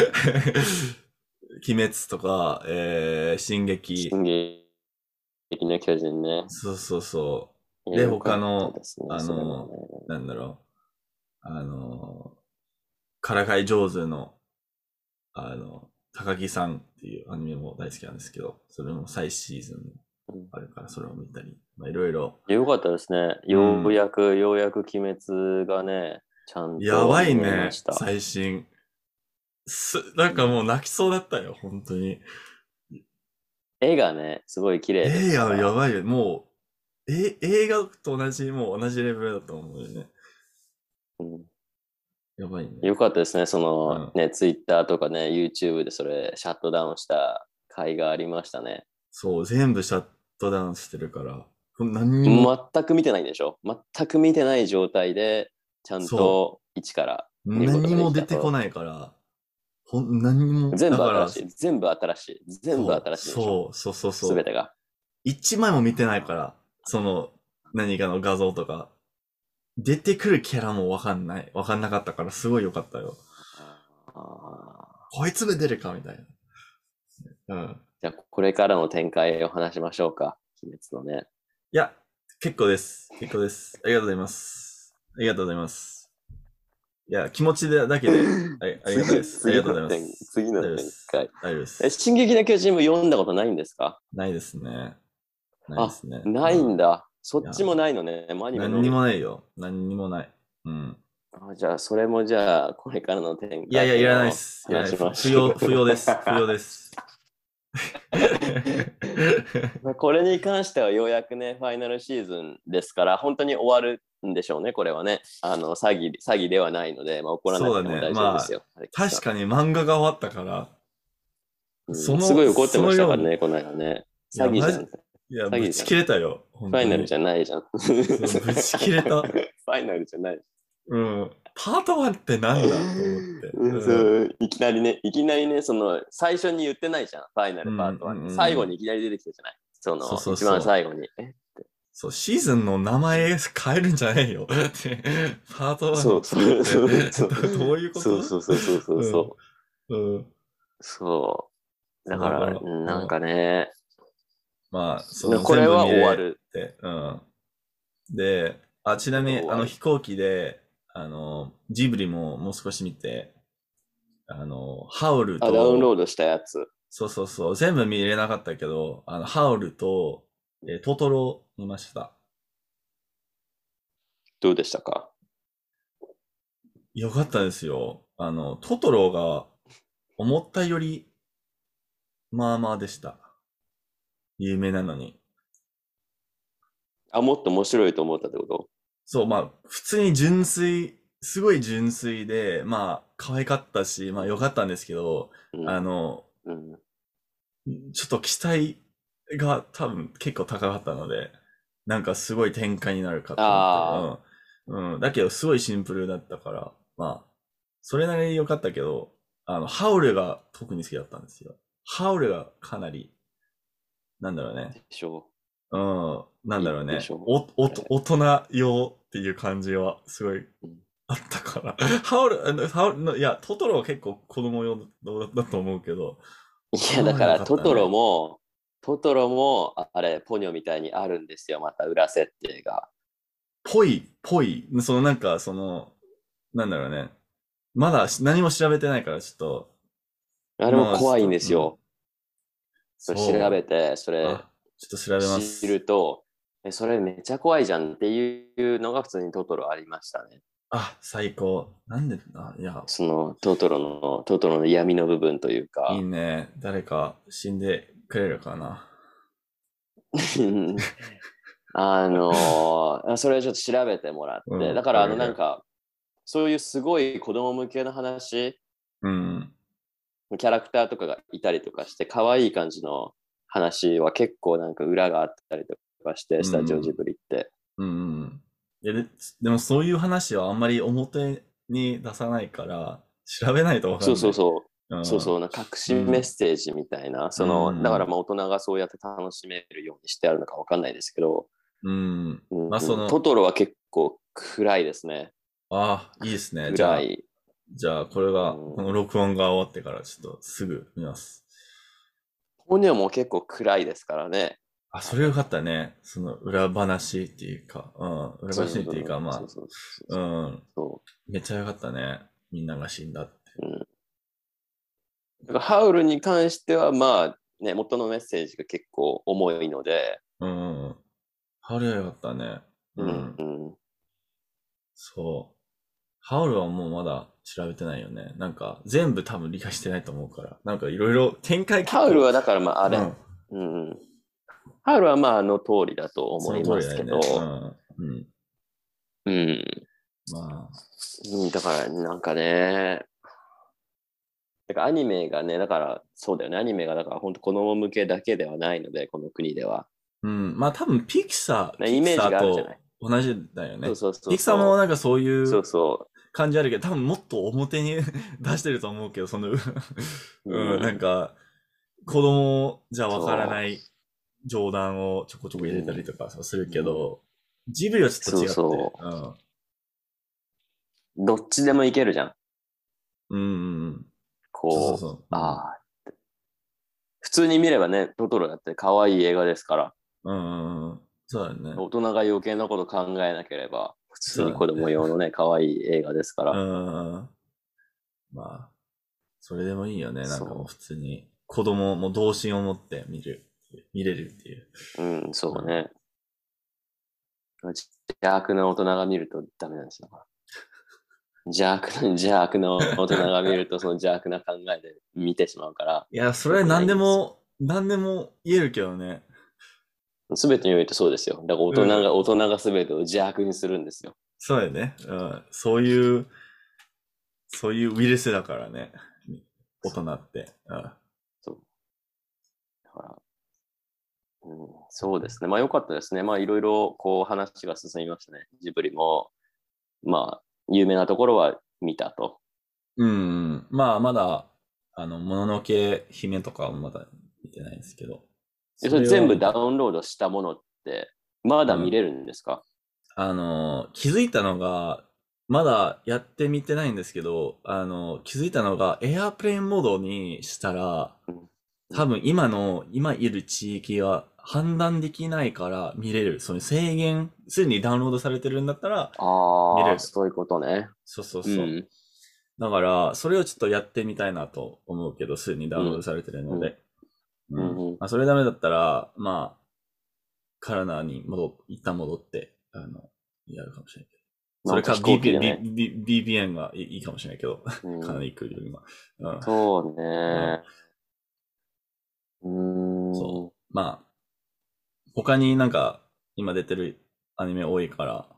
鬼滅とか、えー、進撃。 進撃の巨人ね。 そうそうそいや、 う。で、 よかった他の、 ですね、 あそれもの、 ね。 なんだろう、あの、からかい上手の、あの、高木さんっていうアニメも大好きなんですけど、それも最シーズンもうんあるから、それを見たり、まあいろいろ。 よかったですね。よううん。 やく、ようやく鬼滅がね、ちゃんやばいと見えましね、 た。 最新。す、なんかもう泣きそうだったよ、本当に。 絵がね、すごい綺麗でええや、やすから。 ばいよ。もう、え、映画と同じ、もう同じレベルだと思うよね。 うん、 やばいね。 よかったですね。そのうん。 ね、ツイッターとかね、YouTube でそれシャットダウンした回がありましたね。 そう、全部シャットダウンしてるから、これ何にも、 全く見てないんでしょ？全く見てない状態で、ちゃんそと一からう、 見ることがで何にもきたと。 出てこないから、ほん、何にも、 全だから、 部新しい。全部新しい。全部そう、 新しいんでしょ？ そう、そうそうそう。 すべてが。 一枚も見てないから、その、何かの画像とか、出てくるキャラもわかんない。わかんなかったから、すごい良かったよ。 あこいつで出るかみたいな。うん。 じゃあ、これからの展開を話しましょうか。鬼滅のね。 いや、結構です。結構です。ありがとうございます。ありがとうございます。いや、気持ちでだけで、ありありがたいで次、 す。ありがとうございま次の展、 す。 次の大丈夫で展す。 開。 大丈夫でえ、 す。 進撃の巨人も読んだことないんですか？ ないですね。ないであ、 すね。 なうん。 いんだ。そいや、 っちもないのね。アニメ何にのみ。 もないよ。何にもない。うん。 あ、じゃあ、それもじゃあ、これからの展いやいや、いらないで開をす。いらない。 話しましょふ不要、不要です。不要です。 う。まあこれに関してはようやくね、ファイナルシーズンですから、本当に終わるんでしょうね、これはね。あの、詐欺、詐欺ではないので、まあ、怒らなくてもそうだね。まあ、 大丈夫ですよ。アレックスさ確かに漫画が終わったから、 ん。うん、すごその、 い怒ってそのように、 ましたからね、この間ね。 いや、マジ、 詐欺じゃん。 いや、ぶち詐欺じゃん。 切れたよ。本当に。 ファイナルじゃないじゃん。フそう、ぶち切れた。 ァイナルじゃない。 うん。パートワンってなんだと思って。 うんそうん。 ういきなりね、いきなりね、その、最初に言ってないじゃん、ファイナうん、 ルパートワンって。 うん、 最うん。 後にいきなり出てきたじゃない。そそうの、一番そうそう。 最後に。えそう、シーズンの名前変えるんじゃないよ。ってパートワンそうそうってそうそう。 ど、どういうこそうとそうそうそうそううん。 そうん。 う。そう。だから、 そうだから、 なんかうん。 ね、 まあ、その全部これは見れ終わる。 て、うん。で、あ、ちこなみに、あの、 れは終わる。 飛行機で、あの、ジブリももう少し見て、あの、ハウルあ、ダウンローと、 ドしたやつ。 そうそうそう、全部見れなかったけど、あの、ハウルと、えートトロ見ました。 どうでしたか？ よかったですよ。あの、トトロが思ったより、まあまあでした。有名なのに。 あ、もっと面白いと思ったってこと？ そう、まあ、普通に純粋、すごい純粋で、まあ、可愛かったし、まあ、良かったんですけど、あうん。 の、 うん。 ちょっと期待が多分結構高かったので、なんかすごい展開になるかと思ったけあど、うん。うん。だけど、すごいシンプルだったから、まあ、それなりに良かったけど、あの、ハウルが特に好きだったんですよ。ハウルがかなり、なんだろうあ、 ね。 でしょうん、なう。 んだいろうね。 いでしょう。 お、お、 あれ。 大人用っていう感じはすごいうん。 あったから。ハウル、あのハウルの、いや、トトロは結構子供用だだと思うけど、 いや、だからハウルよかっトトロたね。 も、トトロも、ああれ、ポニョみたいにあるんですよ。また裏設定が。 ぽい、ぽい。そのなんか、その、なんだろうね。まだし何も調べてないから、ちょっと、 あれももうち怖いんょっと、うん。 ですよ。それ調べそて、そう。 れあ、ちょっと調べま知す。 ると、え、それめっちゃ怖いじゃんっていうのが普通にトトロありましたね。 あ、最高。なんで、あ、いや、 そのトトロの、トトロの闇の部分といういいか、 ね。誰か死んでくれるかな。 あのーそれをちょっと調べてもらって、 うん、 だからあのなん OK。 か、そういうすごい子供向けの話、 うん。 キャラクターとかがいたりとかして、可愛い感じの話は結構なんか裏があったりとかして、 うん。 スタジオジブリって。 うん。いや、で、でもそういう話はあんまり表に出さないから、調べないとわかそうんない。 そうそう。 うん。 そうそう、な隠しメッうん。 セージみたいな、 うその、だからん。 まあ大人がそうやって楽しめるようにしてあるのかわかんないですけど、 うん。まあ、そうん、トの、 トロは結構暗いですね。 ああ、いいですね。じゃあ、 暗い。 じゃあ、これが、このうん、 録音が終わってから、ちょっとすぐ見ます。 ポニョも結構暗いですからね。 あ、そあれ。 れよかったね。その裏話っていうか、うん。裏そう話っていうか、 そうそうまそうそうあ、うそうん。 そめっちゃよかったね。みんなが死んだって。 う。うん。だからハウルに関しては、まあ、ね、元のメッセージが結構重いので、 うん。あれよかったね。ううん、うん。 ん。 そう。ハウルはもうまだ調べてないよね。なんか、全部多分理解してないと思うから。なんかいろいろ展開結ハウル構、 はだからまあ、あれ、 うん。 うん、ハウルはまあ、あの通りだとその思います通りだよね。うけど、 ん。うん。 うん。 まあ、 うん、だからなんかね、だからアニメがね、だからそうだよね、アニメがだから本当子供向けだけではないので、この国では。 うん。まあ多分ピクサー、ピクサイメージーとがあるじゃない。 同じだよね。 そうそうそピクサーもうそなんかそういう。そううそ感じあるけど、多分もっと表に出してると思うけど、その、 う。 うん、なんうん。 か、子供じゃわからそない冗談をちょこちょう。 こ入れたうん。 りとかするけうん、 ど、ジブリはちょっとそう違って、 そうん。 う。どっちでもいけるじゃん。 うんうんうん。そうそうこう、 そう。うん。 ああ、普通に見ればね、トトロだって可愛い映画ですから、 うんうんうん。そうだね。 大人が余計なこと考えなければ、普通に子そうだね。 供用のね、可愛い映画ですかうら。 んうん。まあ、それでもいいよね。なんかもうそ普通に子供も童心を持って見る、見れるっていう。 う。うん、 うん。 そうね。邪悪な大人が見るとダメなんですよ。邪悪な、邪悪な大人が見ると、その邪悪な考えで見てしまうから、 いや、そ良くなれ何でいんですよ。 も、何でも言えるけどね。 すべてにおいてそうですよ。だから大うん。 人が、大人がすべてを邪悪にするんですよ。 そうよね。うん。そういう、そういうウイルスだからね。大そう。 人って。うん。 そう。だから、うん、そうですね。まあ良かったですね。まあいろいろこう話が進みましたね。ジブリも、まあ、有名なところは見たと。 うん。まあ、まだ、あの、もののけ姫とかはまだ見てないんですけど。 で、 それそれ全は見た。 部ダウンロードしたものって、まうん。 だ見れるんですか？ あの、気づいたのが、まだやってみてないんですけど、あの、気づいたのが、エアプレインモードにしたら、 うん。うん。 多分今の、今いる地域は判断できないから見れる。その制限、すでにダウンロードされてるんだったら見ああ、 れる。 そういうことね。 そうそうそう。 うん。 だから、それをちょっとやってみたいなと思うけど、すでにダウンロードうん。 されてるうん。 ので。うん。 うん。うん。 まあ、それダメだったら、まあ、カラナに戻、一旦戻って、あの、やるかもしれないけど。それかまああと飛行機ビーピー、 でね。 ビービービーピーエヌ がいいいいかもしれないけど、 うカナダん。 行くよりも。うん。 そううん。 ね。うーん。 そう。まあ、他になんか、今出てるアニメ多いから、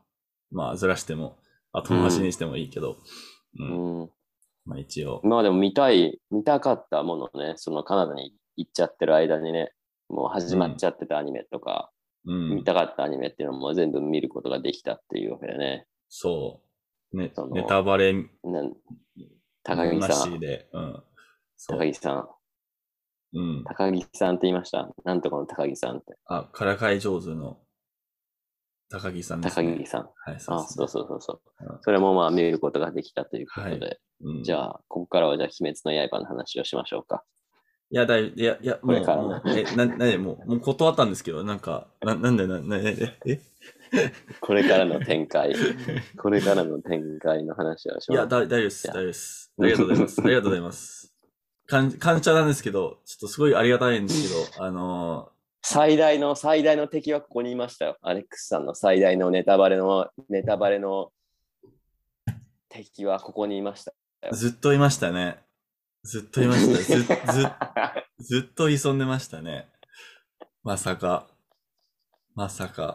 まあずらしても、後回しにしてもいいけど、うん。 うん。 まあ一応。 まあでも見たい、見たかったものね、そのカナダに行っちゃってる間にね、もう始まっうん。 ちゃってたアニメとか、 うん。 見たかったアニメっていうのも全部見ることができたっていうわけでね。 そう。ね、ネその、 タバレなん高もな木さん、 しで、うん。そ高木さん、 う。うん。 高木さんって言いました。なんとかの高木さんって。 あ、からかい上手の高木さんですね。 高木さん。 はい、そうであ、そうすね。 そうそうそう。 うん、 それもまあ見ることができたというこはい。 とで。 うん。 じゃあ、ここからはじゃあ、鬼滅の刃の話をしましょうか。 いや、だい、いや、いや、もう、 これからのもう、え、な、なに、もう、もう断ったんですけど、なんか、な、なんで、な、な、え、え、 これからの展開。これからの展開の話をしいや、だ、 ます。 大丈夫です。 じゃあ。 大丈夫です。ありがとうございます。ありがとうございます。感、感謝なんですけど、ちょっとすごいありがたいんですけど、あの最大の、最大の敵はここにいましたよ。アレックスさんの最大のネタバレの、ネタバレの敵はここにいましたー、 よ。 ずっといましたね。ずっといました。ず、ず、ずっと潜んでましたね。まさか、まさか。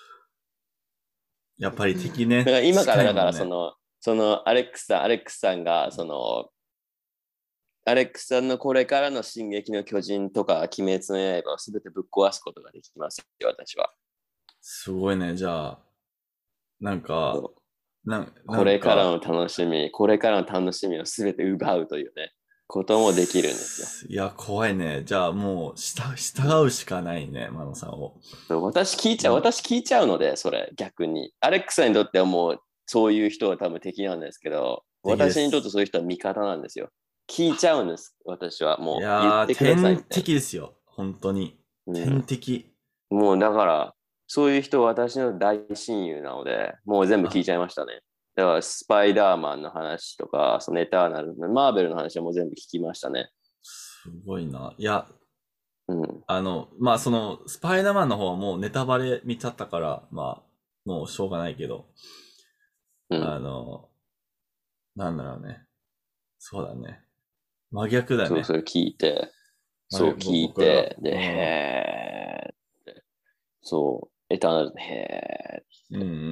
やっぱり敵ね、 だから今からだからそ近いもんね。 の、そのアレックスさん、アレックスさんがその、アレックスさんのこれからの進撃の巨人とか鬼滅の刃をすべてぶっ壊すことができますよ、私は。 すごいね、じゃあ、なんか、 そうなん、なこれからのんか、 楽しみ、これからの楽しみをすべて奪うというね、こともできるんですよ。 いや、怖いね。じゃあもう、従、従うしかないね、マノさんを。 そう私聞いちゃう、 うん。 私聞いちゃうので、それ、逆に。アレックスさんにとってはもう、そういう人は多分敵なんですけど、 敵で私にとってす。 そういう人は味方なんですよ。聞いちゃうんです、私は。 いもう、言っやー、 てくださいみ天たいな。 敵ですよ。本当に。 うん。 天敵。 もう、だから、そういう人は私の大親友なので、もう全部聞いあ、 ちゃいましたね。だから、スパイダーマンの話とか、そのエターナル、マーベルの話はもう全部聞きましたね。 すごいな。いや、 うん。 あの、まあ、その、スパイダーマンの方はもうネタバレ見ちゃったから、まあ、もうしょうがないけど、あうん。 の、なんだろうね。そうだね。真逆だそう、 ね。 それ聞いて、 真逆、 そう聞い僕ら、 て、で、 うん。 へーって、そう、エターナルで、へー。 うんうんうん。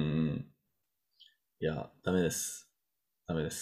いや、ダメです。ダメです。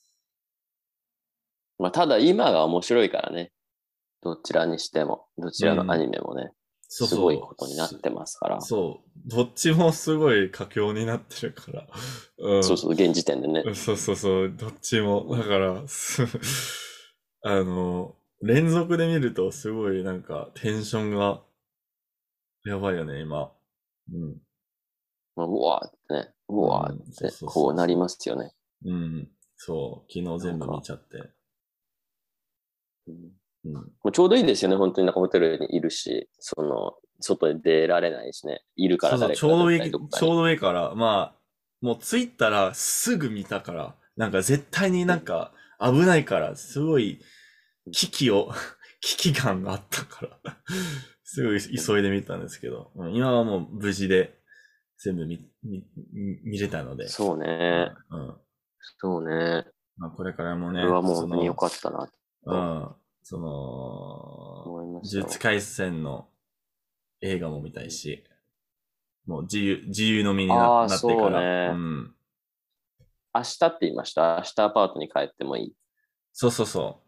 まあ、ただ今が面白いからね。どちらにしても、どちらのアうん。 ニメもね、 そうすごいそう。 ことになってますから。 そう。どっちもすごい佳境になってるから。うそうそう、現時点でね。 ん。そうそうそう。どっちも。だうんから、すあの、連続で見るとすごいなんかテンションがやばいよね、今。うん。 まあ、うわーってね、うわーっうん。そうてそうこうなりそうそますよね。 う。うん。そう。昨日全部見なんか、 ちゃって。 うん、 うん。 もうちょうどいいですよね。本当になんかホテルにいるし、その、外に出られないしね。いるからそうそう、ち誰かが絶ょうどいい、 対どっかに。 ちょうどいいから、まあ、もう着いたらすぐ見たから、なんか絶対にうん、 なんか危ないから、すごいうん、 危機を、危機感があったから、すごいうん。 急いで見たんですけど、うん、今はもう無事で全部見、見、見見れたので、 そうね。 うん、うん。 そうね。 まあこれからもね、 それはもう本当に良その、 かったなとうん、その、 思いますよ。 呪術廻戦の映画も見たいし、もう自由、自由の身にな、 ああ、 なってそうから、うね。 ん。 明日って言いました。明日アパートに帰ってもいい。 そうそうそう。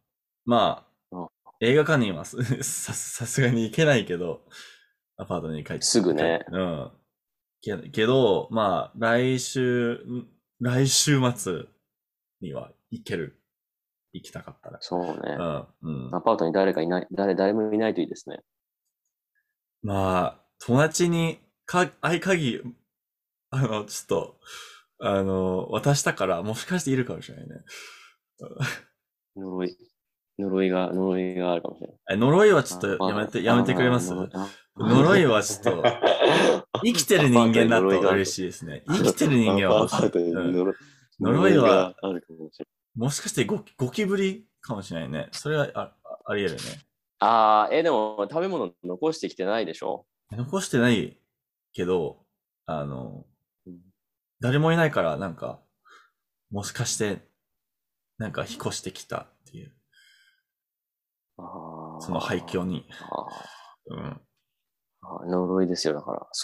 まあ、 うん、 映画館にはすささすがに行けないけど、アパートに帰って、帰っすぐね。 うん。けけど、まあ、来週、ん来週末には行ける。行きたかったら。 そうね。 うん、うん。 アパートに誰かいない、誰、誰もいないといいですね。 まあ、友達に、か、合鍵、あの、ちょっと、あの、渡したから、もしかしているかもしれないね。 呪い、呪いが、呪いがあるかもしれない。 え呪いはちょっあ、アパート、 とやめて、やめてくれまあ、呪い、 す？ あ、 呪いはちょっと、生きてるアパートに人間だ呪いがあるかも。 と嬉しいですね。生きてる人間はア欲しい。 パートにうん。 呪い、 呪呪いがいは、 あるかもしれない。 もしかしてゴキゴキブリかもしれないね。それはあ、ああり得るね。 ああ、え、でも食べ物残してきてないでしょ？ 残してないけど、あの、 うん、 誰もいないから、なんか、もしかして、なんか引っ越してきたっていう、その廃墟あに。 あ、 うん。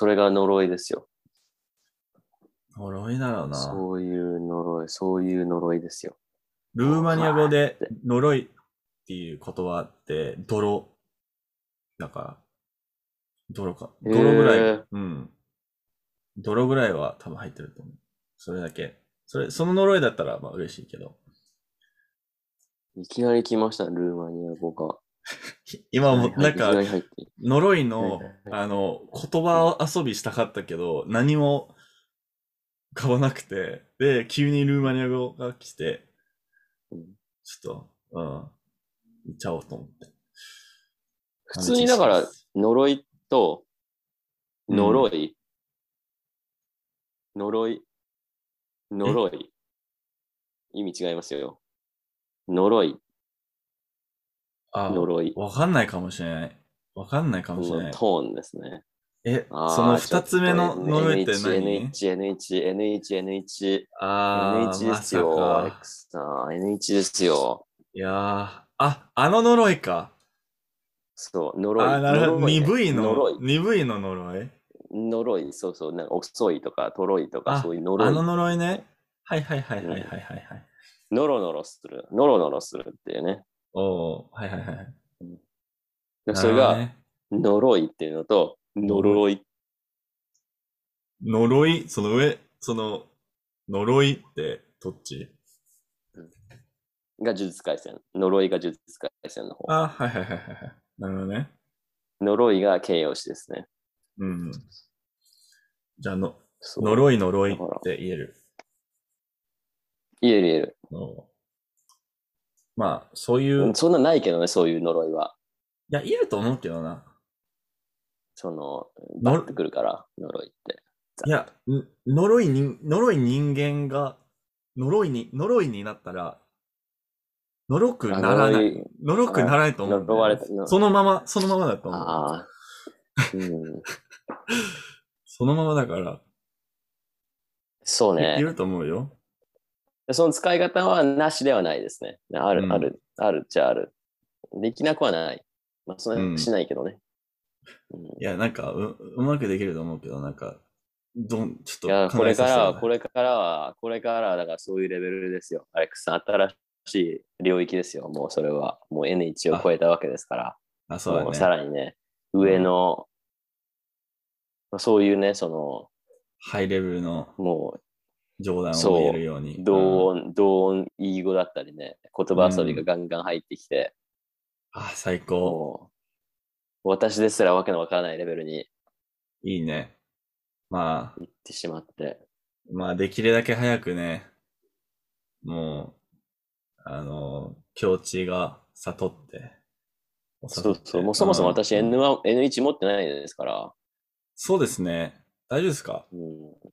ああ、呪いですよ。だから、それが呪いですよ。 呪いだろうな。 そういう呪い、そういう呪いですよ。 ルーマニア語で呪いっていう言葉って泥だから、泥か。泥ぐらい、 へーうん。泥ぐらいは多分入ってると思う。それだけ。それ、その呪いだったらまあ嬉しいけど。 いきなり来ました、ルーマニア語が。 今も、なんいきかな、り入って。 呪いのはいはいはい、 あの、言葉遊びしたかったけど、何も買わなくて、で、急にルーマニア語が来て、 うんちょっと、うん、行っちゃおうと思って。 普通にだから、呪いと、呪い、呪い、呪い、意味違いますよ。呪い、 あ、 呪いわかんないかもしれない。わかんないかもしれない。 のトーンですね。 え、そああ、ちょの二っとつ目の N- 呪いって N1、 何？ N1、N1、N1、N1、 あー、 N1 でまさすよ、アレックか。 スさん。エヌワン ですよ。 いやー、あ、あの呪いか。 そう、呪あー、 い、 なるほど。 呪いね。 鈍いの、 呪い、 鈍いの呪い。 呪い、そうそう、なんか遅いとか、とろいとか、そあ、 ういう呪い。 あの呪いね。はいはいはいはいはいうん。 はいはい。 ノロノロする、ノロノロするっていうね。 おー、はいはいはい。 うん、でなそれが、 るほどね。 呪いっていうのと、 呪い。 呪い呪い、その上、その、呪いってどっち？ が呪術廻戦。呪いが呪術廻戦の方。 あ、はいはいはいはいはい。なるほどね。 呪いが形容詞ですね。 うん。じゃあの、 そう。 呪い呪いっだから、 て言える。 言える言える。 のまあ、そういう、 うん、そんなないけどね、そういう呪いは。 いや、言えると思うけどな。 その、バッの、 てくるから、呪いって。 いや、ん呪いに、呪い人間が、呪いに、呪いになったら、呪くあ、 ならない。 呪い、 呪くなあ、 らないと思うんだよね。 呪われた、のそのまま、そのままだと思う。 ああ、うん、 そのままだから、い、いそうね。 ると思うよ。 その使い方はなしではないですね。ある、あうん。 る、あるっちゃある。できなくはない。まあ、そんなしうん。 ないけどね。うん、いいや、なんか、う、うまくできると思うけど、なんか、どん、ちょっや、 と考えこれからは、 させてください。 これからは、これからは、だからそういうレベルですよ。アレックスさん、新しい領域ですよ。もうそれは。もう エヌワン を超あ、 えたわけですから。 あ、そうだもうさね。 らにね、 うん。 上の、まあそういうね、その、 ハイレベルのも冗う、 談を言えるそう、 ように。うん。 同音、同音異義語だったりね、言う葉遊びがん。 ガンガン入ってきて、 あ、最高。 もう、私ですらわけのわからないレベルにいいね。まあ、 行ってしまって。 まあ、できるだけ早くね、もう、あの、境地が悟って、悟そうそう、 って、 もうそもそもうん、 私うん。 エヌワン、エヌワン 持ってないですから、 そうですね。大丈夫ですか？ うん、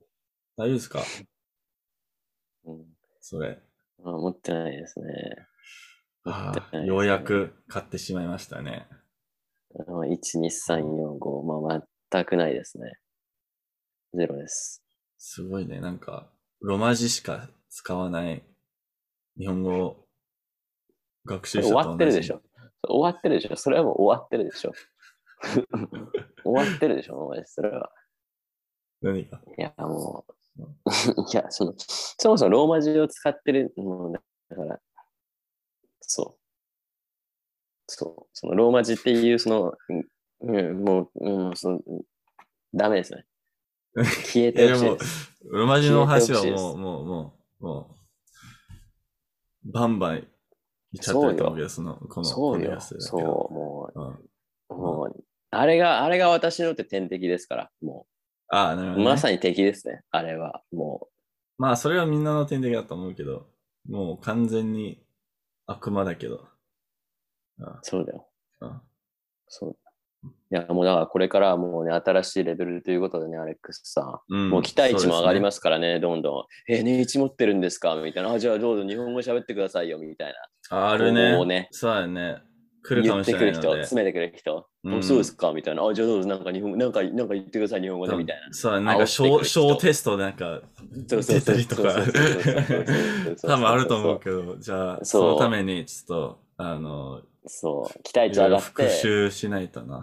大丈夫ですか？ うん、 それ。 あ、持ってないですね。持ってああ、 ないようですね。 やく買ってしまいましたね。 あ、いち、に、さん、よん、ご、まあ、全くないですね。ゼロです。 すごいね。なんか、ロマ字しか使わない日本語を学習者それ終わと同じ。 ってるでしょ。終わってるでしょ。それはもう終わってるでしょ。終わってるでしょ、お前それは。 何が？ いや、もう、いや、その、そもそもローマ字を使ってる、もう、だから、そう、そう、そのローマ字っていう、その、うん、もう、うん、その、ダメですね。消えいや、 てほでも、 しいです。 ロマ字の消えてほ話はもう、 しいです。 もう、もう、もう、バンバン言っちゃってそうよ。 ると思うけど、その、このポッドキャスそうよ。 トだけど。 そう、もうん。 う、 まもう、あれが、あれが私にとって天敵ですから、もあ、ああ、なるほう、 どね。 まさに敵ですね、あれは。もまあ、それはみんなの天敵だと思うけど、もう完全に悪魔だけど。あう、そうだよ。 あ、あそう。いや、もうだからこれからはもうね、新しいレベルということでね、アレックスさん。 うん、 もう期待そう値も上がりまですね。 すからね、どんどん。え、年一持ってるんですかみたいな。あ、じゃあどうぞ日本語喋ってくださいよ、みたいな。 ああるね。 こうね、 そうだね。来る言っかもしれてくる人、 ないので。 詰めてくる人。お、そうでうん。 すかみたいな。あ、じゃあどうぞなんか日本語、なんか、なんか言ってください、日本語で、み多分、 たいな。 そうだね。なんか煽ってく小、 る人。 小テストなんかそうそう出たそうそうりとかそうそうそうそうそうそう多分あると思うそけど、じゃあ、 う。 そのたそめにちょっと、あの、 う。そう。期待値上いろいろがって、 復習しないとな。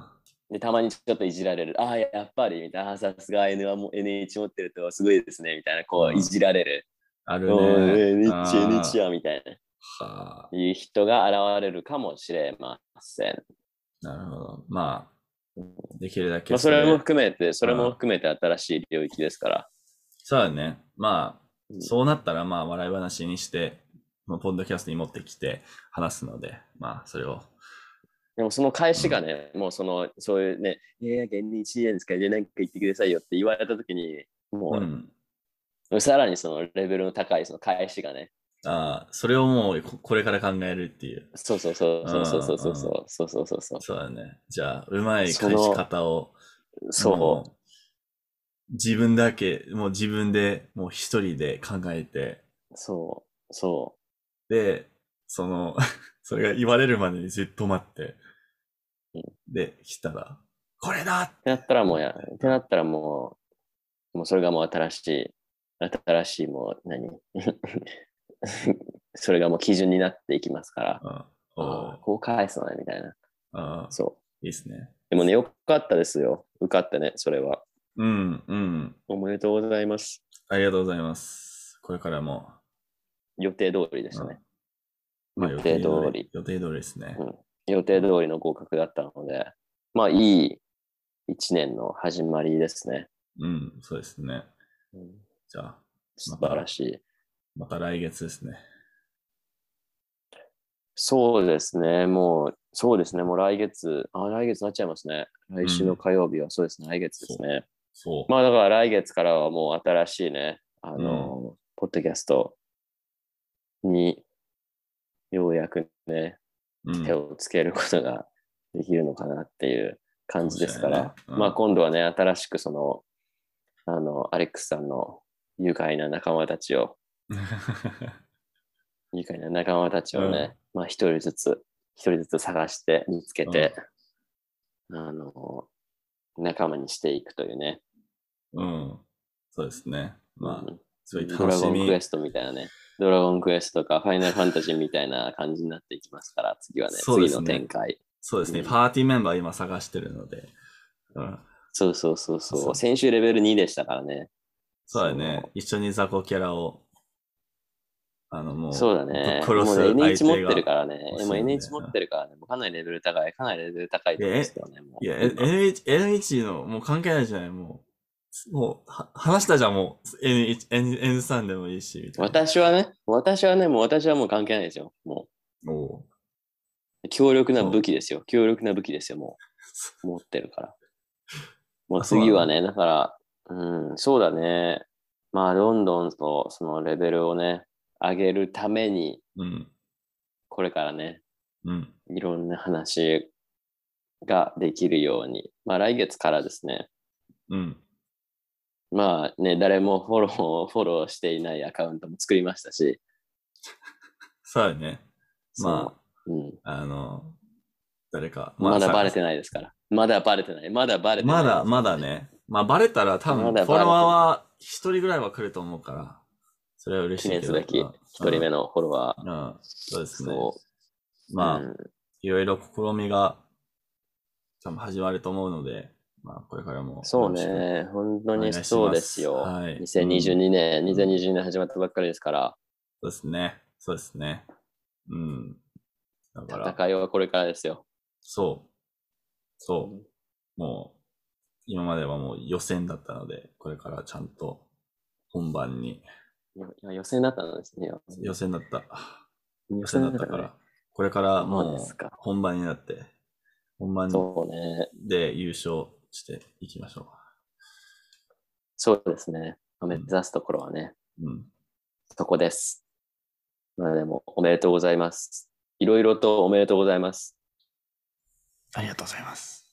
で、たまにちょっといじられる。ああ、やっぱり、みたいな。あーさすが N はも エヌエイチ 持ってるとすごいですね、みたいな。こう、いうん。 じられる。 あるおー、 ね。 エヌエイチ、エヌエイチあや、みたいな。 あ。はあ。 いう人が現れるかもしれません。 なるほど。まあ、できるだけまあ、それもそれ、 含めて、それもうん。 含めて新しい領域ですから。 そうだね。まあ、 うんそうなったらまあ、笑い話にして、もうポッドキャストに持ってきて話すので、まあ、それを。 でもその返うん。 しがね、もうその、そういうね、いやいや、現にいちねんですから、で、なんか言ってくださいよって言われたときに、もうんう、さらにそのレベルの高いその返しがね、 ああ、それをもうここれから考えるっていう。 そうそうそうん、 うそうそうそうそううん。 そうそうそうそう。 そうだね。じゃあ、うまい返しその、 方を、 そもう、自分だけ、もう自分で、もう一人で考えて、 う、そう、そで、その、それが言われるまでにずっと待って、 う。うん、っで、来たら、これだっててなったらもうや、 なって。 ってなったらもう、もうそれがもう新しい、新しいもう何それがもう基準になっていきますから、 うん。うん。 ああ、 おこう返すのね、みたいな。 ーああ、 そう。 いいっすね。 でもね、よかったですよ。受かってね、それは。 うん、うん。 おめでとうございます。 ありがとうございます。これからも、 予定通りでしうん。 たね。 まあ予予定定通り、 通り。 予定通りですね。 うん。予定通りの合格だったので、まあいい一年の始まりですね。 うん、そうですね。 うん、 じゃあ、ま素晴らた、 しい。 また来月ですね。 そうですね。もう、そうですね。もう来月、あ、来月になっちゃいますね。来週のうん。 火曜日はそうですね。来月ですそう。 ね。 そまあだから来月からはもう新しいね、あう。うん。 の、ポッドキャストにようやくね、手うん。 をつけることができるのかなっていう感じかもしですから、 れないね。うまあん。 今度はね、新しくその、あの、アレックスさんの愉快な仲間たちを、愉快な仲間たちうん。 をね、まあ一人ずつ、一人ずつ探して見つけうん。 て、あの、仲間にしていくというね、 うん。そうですね。まあ、 うんすごいドラゴンクエ楽しみ。 ストみたいなね。ドラゴンクエストとかファイナルファンタジーみたいな感じになっていきますから、次はね、 そうで次のすね。 展開。 そうですね。 うん、 パーティーメンバー今探してるので。うん。 そうそうそうそう。 そう。 先週レベルにでしたからね。 そうだね。 その、 一緒に雑魚キャラを、あの、もそうだう、ぶっね。もうね、 殺す相エヌエイチ 持ってる手がからね。もう欲しいので。 エヌエイチ 持ってるからね。もうかなりレベル高い。かなりレベル高いいや、 と思うんですえ、 けどね、もいや、 う、今。 エヌエイチ、エヌエイチ の、もう関係ないじゃない、もう。もう、は話したじゃん、もう。エヌエイチ、N、N さんでもいいし、みたいな。 私はね、私はね、もう私はもう関係ないですよ。もおお。 う、強力なそう。 武器ですよ。強力な武器ですよ、もう。持ってるから。もうあ、そうなの。 次はね、だから、うん、そうだね。まあ、どんどんと、そのレベルをね、上げるために、 うん。 これからね、 うん。 いろんな話ができるように、まあ来月からですね、 うん。 まあね、誰もフォロー、フォローしていないアカウントも作りましたし、 そうだね。 そまう、うん。 あ、あの、誰か、まあさ、 まだバレてないですから。まだバレてない。まだバレてないでまだ、ますからね。 だね。まあ、バレたら多分、 まだフォロワーバレてない。 は一人ぐらいは来ると思うから、それは嬉記しいけど、 念すべきうん。 一人目のフォロワー。 うん。うん。そうですね。 そまう。うあ、 ん。 いろいろ試みが多分始まると思うので、まあ、これからもよそうろしくね。本当にお願いしそうですます。 よ。 はい。うん。 2022年、 うん。 2022年始まったばっかりですから、 そうですね。そうですね。うん。だから、 戦いはこれからですよ。 そう、そうん、 う。もう、今まではもう予選だったので、これからちゃんと本番に、 いや予選だったんですね。 予選だった。予予選だ選だったからね。 ったから、これからそうですもうか。 本番になって、本番そうね。 で優勝していきましょそうですね。 う。 目うん。 指すところはね、 うん。 そこです。まあでも、おめでとうございます。いろいろとおめでとうございます。 ありがとうございます。